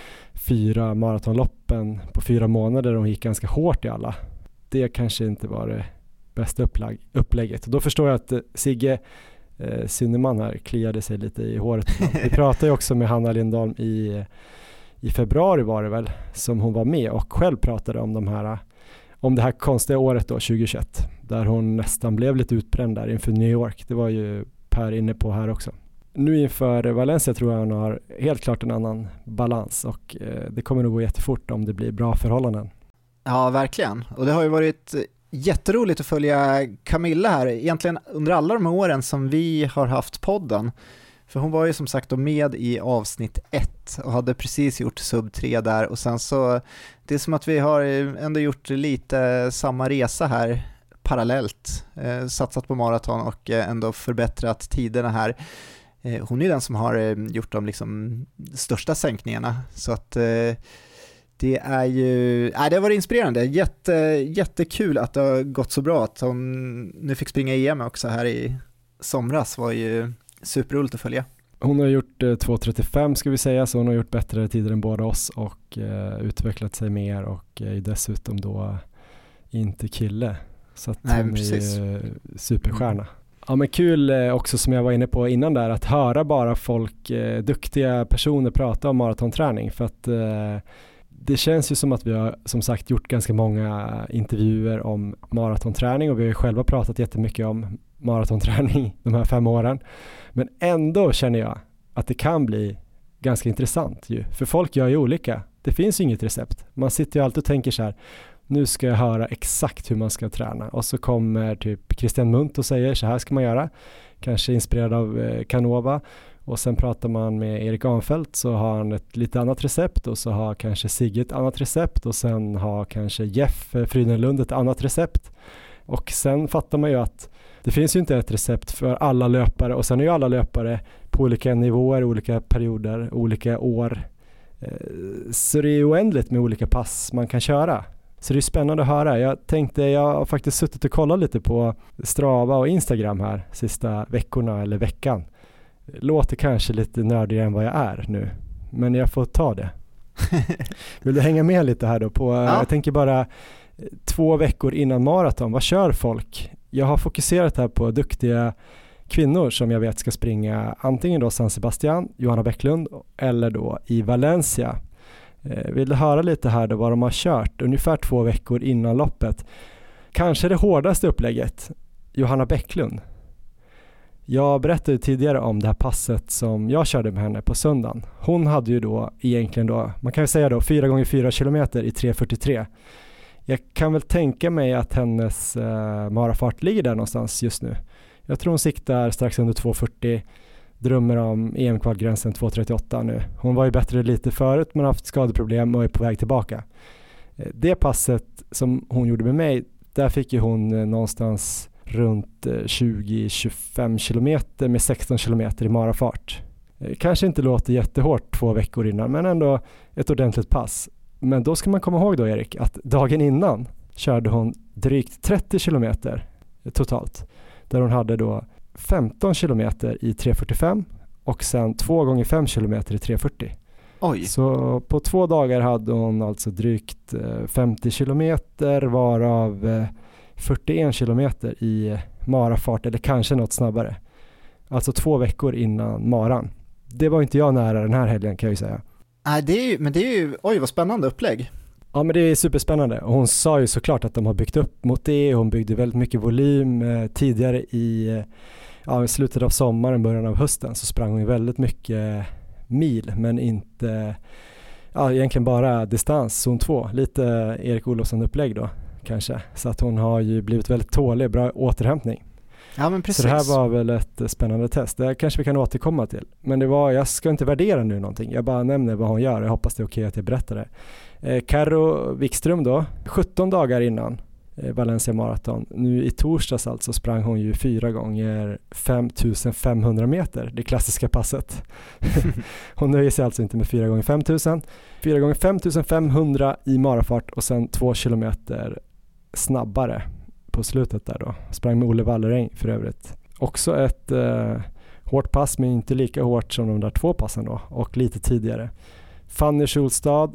4 maratonloppen på 4 månader och hon gick ganska hårt i alla. Det kanske inte var det bästa upplägget. Och då förstår jag att Sigge Synnerman här kliade sig lite i håret. Vi pratade ju också med Hanna Lindholm i februari var det väl, som hon var med och själv pratade om det här konstiga året då 2021, där hon nästan blev lite utbränd där inför New York. Det var ju Per inne på här också. Nu inför Valencia tror jag hon har helt klart en annan balans, och det kommer nog gå jättefort om det blir bra förhållanden. Ja, verkligen. Och det har ju varit jätteroligt att följa Camilla här, egentligen under alla de här åren som vi har haft podden. För hon var ju som sagt då med i avsnitt 1 och hade precis gjort sub 3 där, och sen så det är som att vi har ändå gjort lite samma resa här parallellt, satsat på maraton och ändå förbättrat tiderna här. Hon är den som har gjort de liksom största sänkningarna, så att det är ju det har varit inspirerande, jättekul att det har gått så bra, att hon nu fick springa EM också här i somras, var ju superroligt att följa. Hon har gjort 2:35 ska vi säga, så hon har gjort bättre tider än båda oss och utvecklat sig mer, och är dessutom då inte kille, så att hon är ju superstjärna. Ja, men kul också, som jag var inne på innan där, att höra bara folk, duktiga personer prata om maratonträning, för att det känns ju som att vi har som sagt gjort ganska många intervjuer om maratonträning, och vi har ju själva pratat jättemycket om maratonträning de här 5 åren. Men ändå känner jag att det kan bli ganska intressant ju. För folk gör ju olika. Det finns ju inget recept. Man sitter ju alltid och tänker så här, nu ska jag höra exakt hur man ska träna. Och så kommer typ Christian Munt och säger så här ska man göra. Kanske inspirerad av Canova. Och sen pratar man med Erik Ahnfeldt, så har han ett lite annat recept, och så har kanske Sigge ett annat recept, och sen har kanske Jeff Frydenlund ett annat recept. Och sen fattar man ju att det finns ju inte ett recept för alla löpare, och sen är ju alla löpare på olika nivåer, olika perioder, olika år. Så det är oändligt med olika pass man kan köra. Så det är spännande att höra. Jag har faktiskt suttit och kollat lite på Strava och Instagram här sista veckorna eller veckan. Låter kanske lite nördigare än vad jag är nu, men jag får ta det. Vill du hänga med lite här då på, jag tänker bara 2 veckor innan maraton, vad kör folk? Jag har fokuserat här på duktiga kvinnor som jag vet ska springa antingen då San Sebastian, Johanna Bäcklund, eller då i Valencia. Vill du höra lite här då vad de har kört ungefär 2 veckor innan loppet? Kanske det hårdaste upplägget, Johanna Bäcklund. Jag berättade tidigare om det här passet som jag körde med henne på söndagen. Hon hade ju då egentligen då, man kan ju säga då 4x4 kilometer i 3:43. Jag kan väl tänka mig att hennes marafart ligger där någonstans just nu. Jag tror hon siktar strax under 2:40, drömmer om EM-kvalgränsen 2:38 nu. Hon var ju bättre lite förut men har haft skadeproblem och är på väg tillbaka. Det passet som hon gjorde med mig, där fick ju hon någonstans runt 20-25 kilometer med 16 kilometer i marafart. Kanske inte låter jättehårt 2 veckor innan, men ändå ett ordentligt pass. Men då ska man komma ihåg då, Erik, att dagen innan körde hon drygt 30 kilometer totalt. Där hon hade då 15 kilometer i 3:45 och sen 2x5 kilometer i 3:40. Oj. Så på 2 dagar hade hon alltså drygt 50 kilometer, varav 41 kilometer i marafart, eller kanske något snabbare. Alltså 2 veckor innan maran. Det var inte jag nära den här helgen, kan jag ju säga. Nej, det är ju, oj vad spännande upplägg. Ja, men det är superspännande. Och hon sa ju såklart att de har byggt upp mot det. Hon byggde väldigt mycket volym tidigare i slutet av sommaren, början av hösten, så sprang hon ju väldigt mycket mil, men inte egentligen bara distans, zon 2. Lite Erik Olofsson-upplägg då kanske. Så att hon har ju blivit väldigt tålig, bra återhämtning. Ja, men precis. Så det här var väl ett spännande test. Det kanske vi kan återkomma till. Men jag ska inte värdera nu någonting. Jag bara nämner vad hon gör. Jag hoppas det är okej att jag berättar det. Karo Wikström då, 17 dagar innan Valencia Marathon. Nu i torsdags alltså sprang hon ju 4 gånger 5500 meter, det klassiska passet. Hon nöjer sig alltså inte med 4 gånger 5000. 4 gånger 5500 i marafart och sen 2 kilometer snabbare på slutet där då. Sprang med Olle Walleräng för övrigt. Också ett hårt pass, men inte lika hårt som de där 2 passen då, och lite tidigare. Fanny Schulstad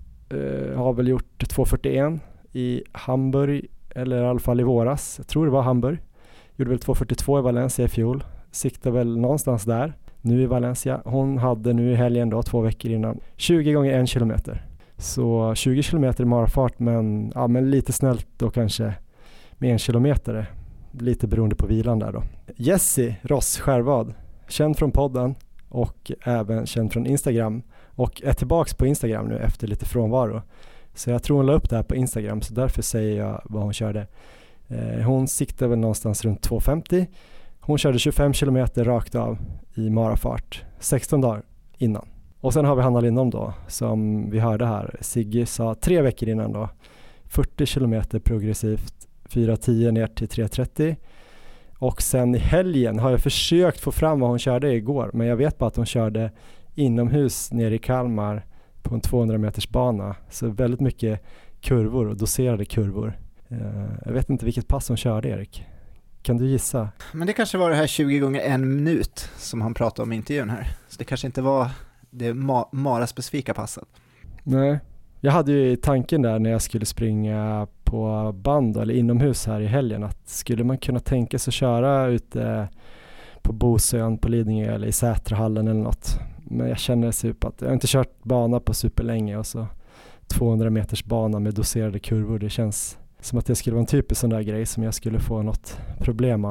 har väl gjort 2:41 i Hamburg, eller i alla fall i våras. Jag tror det var Hamburg. Gjorde väl 2:42 i Valencia i fjol. Siktar väl någonstans där. Nu i Valencia. Hon hade nu i helgen då, 2 veckor innan, 20 gånger 1 kilometer. Så 20 kilometer i marafart, men lite snällt då kanske med 1 kilometer. Lite beroende på vilan där då. Jessie Ross Skärvad, känd från podden och även känd från Instagram. Och är tillbaks på Instagram nu efter lite frånvaro. Så jag tror hon la upp det här på Instagram, så därför säger jag vad hon körde. Hon siktade väl någonstans runt 2:50. Hon körde 25 kilometer rakt av i marafart 16 dagar innan. Och sen har vi Hanna Lindholm då, som vi hörde här. Sigge sa 3 veckor innan då. 40 kilometer progressivt, 4:10 ner till 3:30. Och sen i helgen har jag försökt få fram vad hon körde igår, men jag vet bara att hon körde inomhus nere i Kalmar på en 200 meters bana. Så väldigt mycket kurvor och doserade kurvor. Jag vet inte vilket pass hon körde, Erik. Kan du gissa? Men det kanske var det här 20 gånger 1 minut som han pratade om i intervjun här. Så det kanske inte var det Mara-specifika passet. Nej, jag hade ju tanken där när jag skulle springa på band eller inomhus här i helgen, att skulle man kunna tänka sig att köra ute på Bosön, på Lidingö eller i Sätrahallen eller något. Men jag känner typ att jag har inte kört bana på superlänge, och så 200 meters bana med doserade kurvor. Det känns som att det skulle vara en typisk sån där grej som jag skulle få något problem av.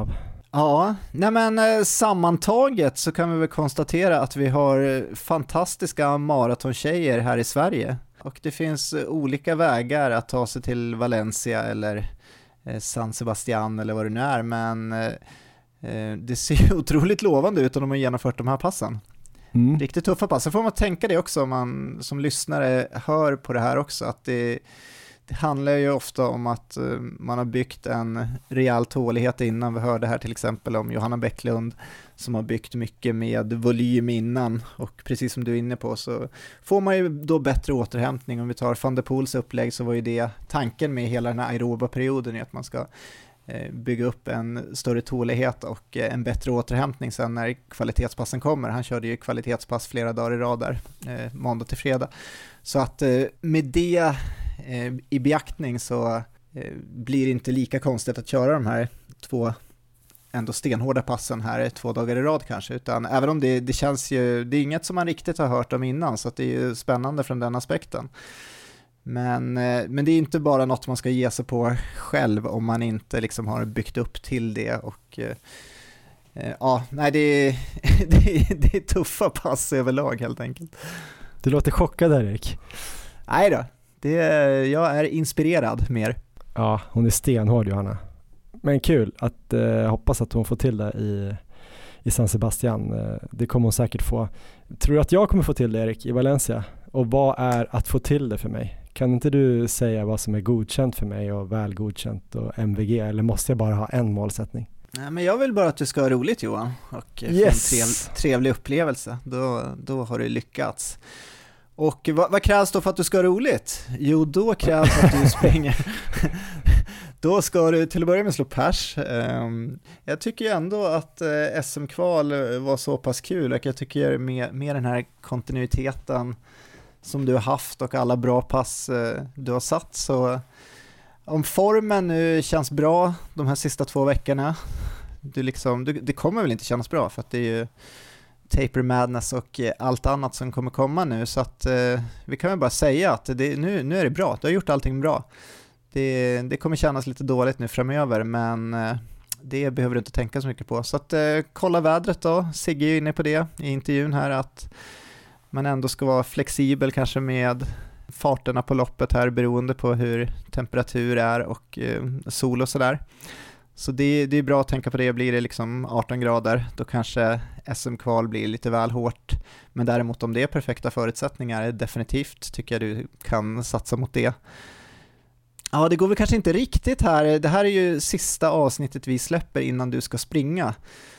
Ja, nej men sammantaget så kan vi väl konstatera att vi har fantastiska maratontjejer här i Sverige. Och det finns olika vägar att ta sig till Valencia eller San Sebastian eller vad det nu är. Men det ser otroligt lovande ut om de har genomfört de här passen. Riktigt tuffa pass. Så får man tänka det också om man som lyssnare hör på det här också. Att det handlar ju ofta om att man har byggt en rejäl tålighet innan. Vi hörde här till exempel om Johanna Bäcklund som har byggt mycket med volym innan, och precis som du är inne på så får man ju då bättre återhämtning. Om vi tar Van der Poels upplägg så var ju det tanken med hela den här aeroba perioden är att man ska bygga upp en större tålighet och en bättre återhämtning sen när kvalitetspassen kommer. Han körde ju kvalitetspass flera dagar i rad där, måndag till fredag. Så att med det i beaktning så blir det inte lika konstigt att köra de här 2 ändå stenhårda passen här 2 dagar i rad kanske, utan även om det känns ju, det är inget som man riktigt har hört om innan, så att det är ju spännande från den aspekten. Men det är inte bara något man ska ge sig på själv om man inte liksom har byggt upp till det. Och ja, nej, det är tuffa pass överlag helt enkelt. Du låter chockad, Erik. Nej då, jag är inspirerad mer. Ja, hon är stenhård, Johanna. Men kul att hoppas att hon får till det i San Sebastian. Det kommer hon säkert få. Tror du att jag kommer få till det, Erik, i Valencia? Och vad är att få till det för mig? Kan inte du säga vad som är godkänt för mig och väl godkänt och MVG, eller måste jag bara ha en målsättning? Nej, men jag vill bara att du ska ha roligt, Johan, och yes. En trevlig upplevelse. Då har du lyckats. Och vad krävs då för att du ska ha roligt? Jo, då krävs att du springer. Då ska du till att börja med slå pers. Jag tycker ju ändå att SM-kval var så pass kul, och jag tycker med den här kontinuiteten som du har haft och alla bra pass du har satt, så om formen nu känns bra de här sista 2 veckorna, det kommer väl inte kännas bra, för att det är ju Taper Madness och allt annat som kommer komma nu, så att vi kan väl bara säga att nu är det bra, du har gjort allting bra. Det kommer kännas lite dåligt nu framöver, men det behöver du inte tänka så mycket på. Så att kolla vädret då, Sigge är inne på det i intervjun här, att man ändå ska vara flexibel kanske med farterna på loppet här, beroende på hur temperatur är och sol och sådär. Så det är bra att tänka på det. Blir det liksom 18 grader, då kanske SM-kval blir lite väl hårt. Men däremot om det är perfekta förutsättningar, definitivt tycker jag du kan satsa mot det. Ja, det går väl kanske inte riktigt här. Det här är ju sista avsnittet vi släpper innan du ska springa.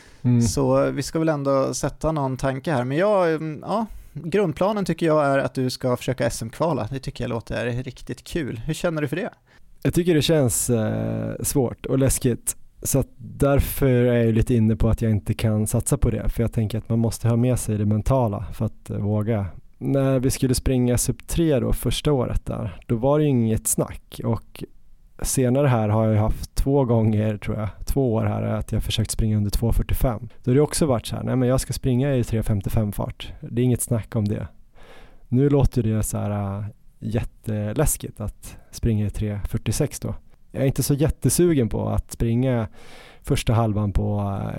Så vi ska väl ändå sätta någon tanke här. Men grundplanen tycker jag är att du ska försöka SM-kvala. Det tycker jag låter riktigt kul. Hur känner du för det? Jag tycker det känns svårt och läskigt. Så att därför är jag lite inne på att jag inte kan satsa på det. För jag tänker att man måste ha med sig det mentala för att våga. När vi skulle springa sub 3 då, första året där, då var det ju inget snack. Och senare här har jag haft 2 gånger, tror jag, 2 år här, att jag försökt springa under 2.45. Då har det också varit så här, nej men jag ska springa i 3.55 fart. Det är inget snack om det. Nu låter det så här jätteläskigt att springa i 3.46 då. Jag är inte så jättesugen på att springa första halvan på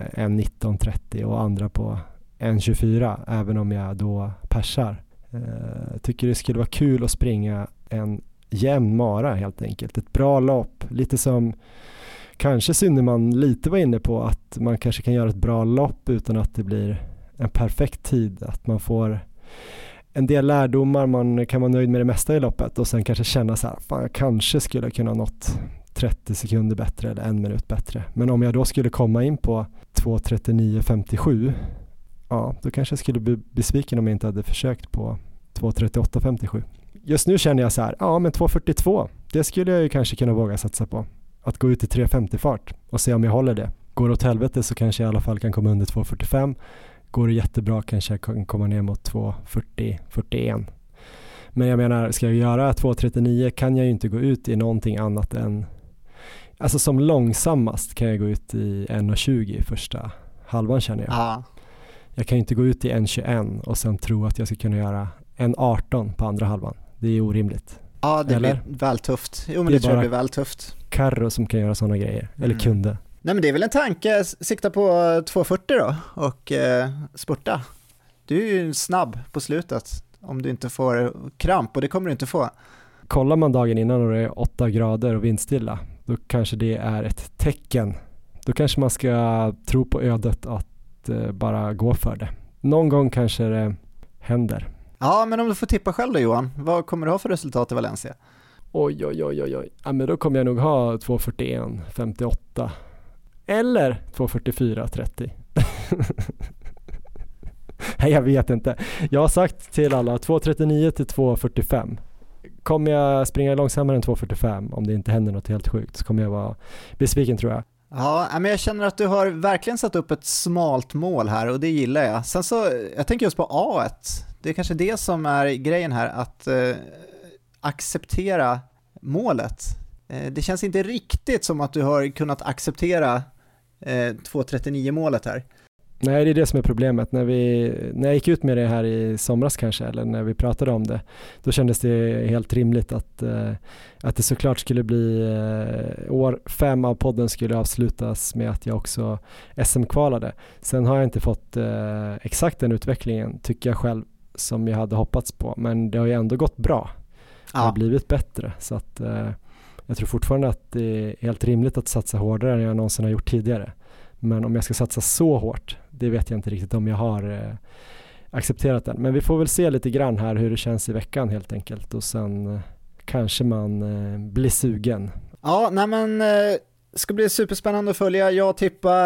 1.19.30 och andra på 1.24, även om jag då persar. Jag tycker det skulle vara kul att springa en jämn mara helt enkelt. Ett bra lopp, lite som kanske Synnerman lite var inne på, att man kanske kan göra ett bra lopp utan att det blir en perfekt tid. Att man får en del lärdomar, man kan vara nöjd med det mesta i loppet och sen kanske känna så här, fan jag kanske skulle kunna ha nått 30 sekunder bättre eller 1 minut bättre. Men om jag då skulle komma in på 2.39.57, ja, då kanske jag skulle bli besviken om jag inte hade försökt på 2.38.57. Just nu känner jag så här, ja men 2.42, det skulle jag ju kanske kunna våga satsa på. Att gå ut i 3.50 fart och se om jag håller det. Går det åt helvete så kanske jag i alla fall kan komma under 2.45. Går det jättebra kanske jag kan komma ner mot 2.40-41. Men jag menar, ska jag göra 2.39 kan jag ju inte gå ut i någonting annat än, alltså som långsammast kan jag gå ut i 1.20 i första halvan känner jag. Ja. Jag kan ju inte gå ut i 1.21 och sen tro att jag ska kunna göra 1.18 på andra halvan. Det är orimligt. Ja, det eller? blir väl tufft. Jo, men det tror jag blir väl tufft. Karro som kan göra sådana grejer, eller kunde. Nej men det är väl en tanke, sikta på 2.40 då och spurta. Du är ju snabb på slutet om du inte får kramp, och det kommer du inte få. Kollar man dagen innan och det är 8 grader och vindstilla, då kanske det är ett tecken. Då kanske man ska tro på ödet att bara gå för det. Någon gång kanske det händer. Ja, men om du får tippa själv då Johan, vad kommer du ha för resultat i Valencia? Oj. Ja, men då kommer jag nog ha 2.41,58 eller 2.44,30. Nej, jag vet inte. Jag har sagt till alla 2.39 till 2.45. Kommer jag springa långsammare än 2.45 om det inte händer något helt sjukt, så kommer jag vara besviken tror jag. Ja, men jag känner att du har verkligen satt upp ett smalt mål här och det gillar jag. Sen så, jag tänker just på A1. Det är kanske det som är grejen här, att acceptera målet. Det känns inte riktigt som att du har kunnat acceptera 2.39 målet här. Nej, det är det som är problemet. När jag gick ut med det här i somras kanske, eller när vi pratade om det, då kändes det helt rimligt att det såklart skulle bli år 5 av podden skulle avslutas med att jag också SM-kvalade. Sen har jag inte fått exakt den utvecklingen, tycker jag själv, som jag hade hoppats på, men det har ju ändå gått bra. Det har blivit bättre, så att jag tror fortfarande att det är helt rimligt att satsa hårdare än jag någonsin har gjort tidigare. Men om jag ska satsa så hårt, det vet jag inte riktigt om jag har accepterat den. Men vi får väl se lite grann här hur det känns i veckan helt enkelt. Och sen kanske man blir sugen. Ja, nej men det ska bli superspännande att följa. Jag tippar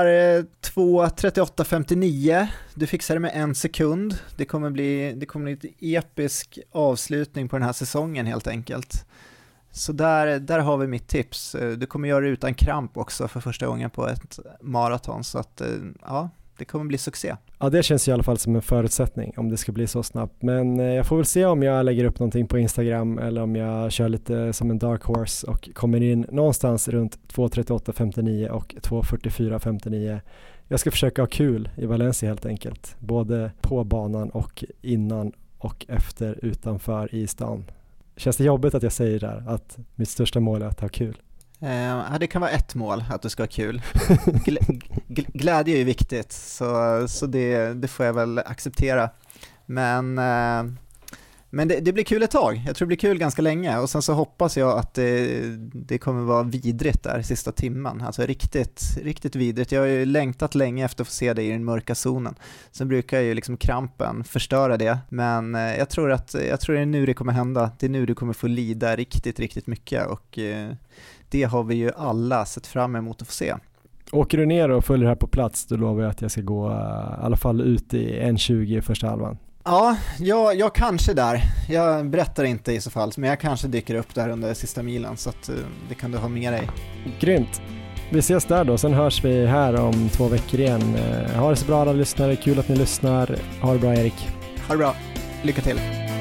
2.38,59. Du fixar det med 1 sekund. Det kommer bli lite episk avslutning på den här säsongen helt enkelt. Så där har vi mitt tips. Du kommer göra det utan kramp också för första gången på ett maraton. Så att ja, det kommer bli succé. Ja, det känns i alla fall som en förutsättning om det ska bli så snabbt. Men jag får väl se om jag lägger upp någonting på Instagram eller om jag kör lite som en dark horse och kommer in någonstans runt 2.38,59 och 2.44,59. Jag ska försöka ha kul i Valencia helt enkelt. Både på banan och innan och efter utanför i stan. Känns det jobbigt att jag säger där att mitt största mål är att ha kul? Det kan vara ett mål, att du ska ha kul. Glädje är ju viktigt, så det får jag väl acceptera. Men det blir kul ett tag. Jag tror det blir kul ganska länge. Och sen så hoppas jag att det kommer vara vidrigt där sista timmen. Alltså riktigt vidrigt. Jag har ju längtat länge efter att få se det i den mörka zonen. Sen brukar ju liksom krampen förstöra det. Men jag tror det är nu det kommer hända. Det är nu du kommer få lida riktigt mycket. Och det har vi ju alla sett fram emot att få se. Åker du ner och följer här på plats, då lovar jag att jag ska gå i alla fall ut i 1.20 i första halvan. Ja, jag kanske där. Jag berättar inte i så fall, men jag kanske dyker upp där under sista milen, så att det kan du ha med dig. Grymt. Vi ses där då, sen hörs vi här om 2 veckor igen. Ha det så bra alla lyssnare, kul att ni lyssnar. Ha det bra Erik. Ha det bra, lycka till.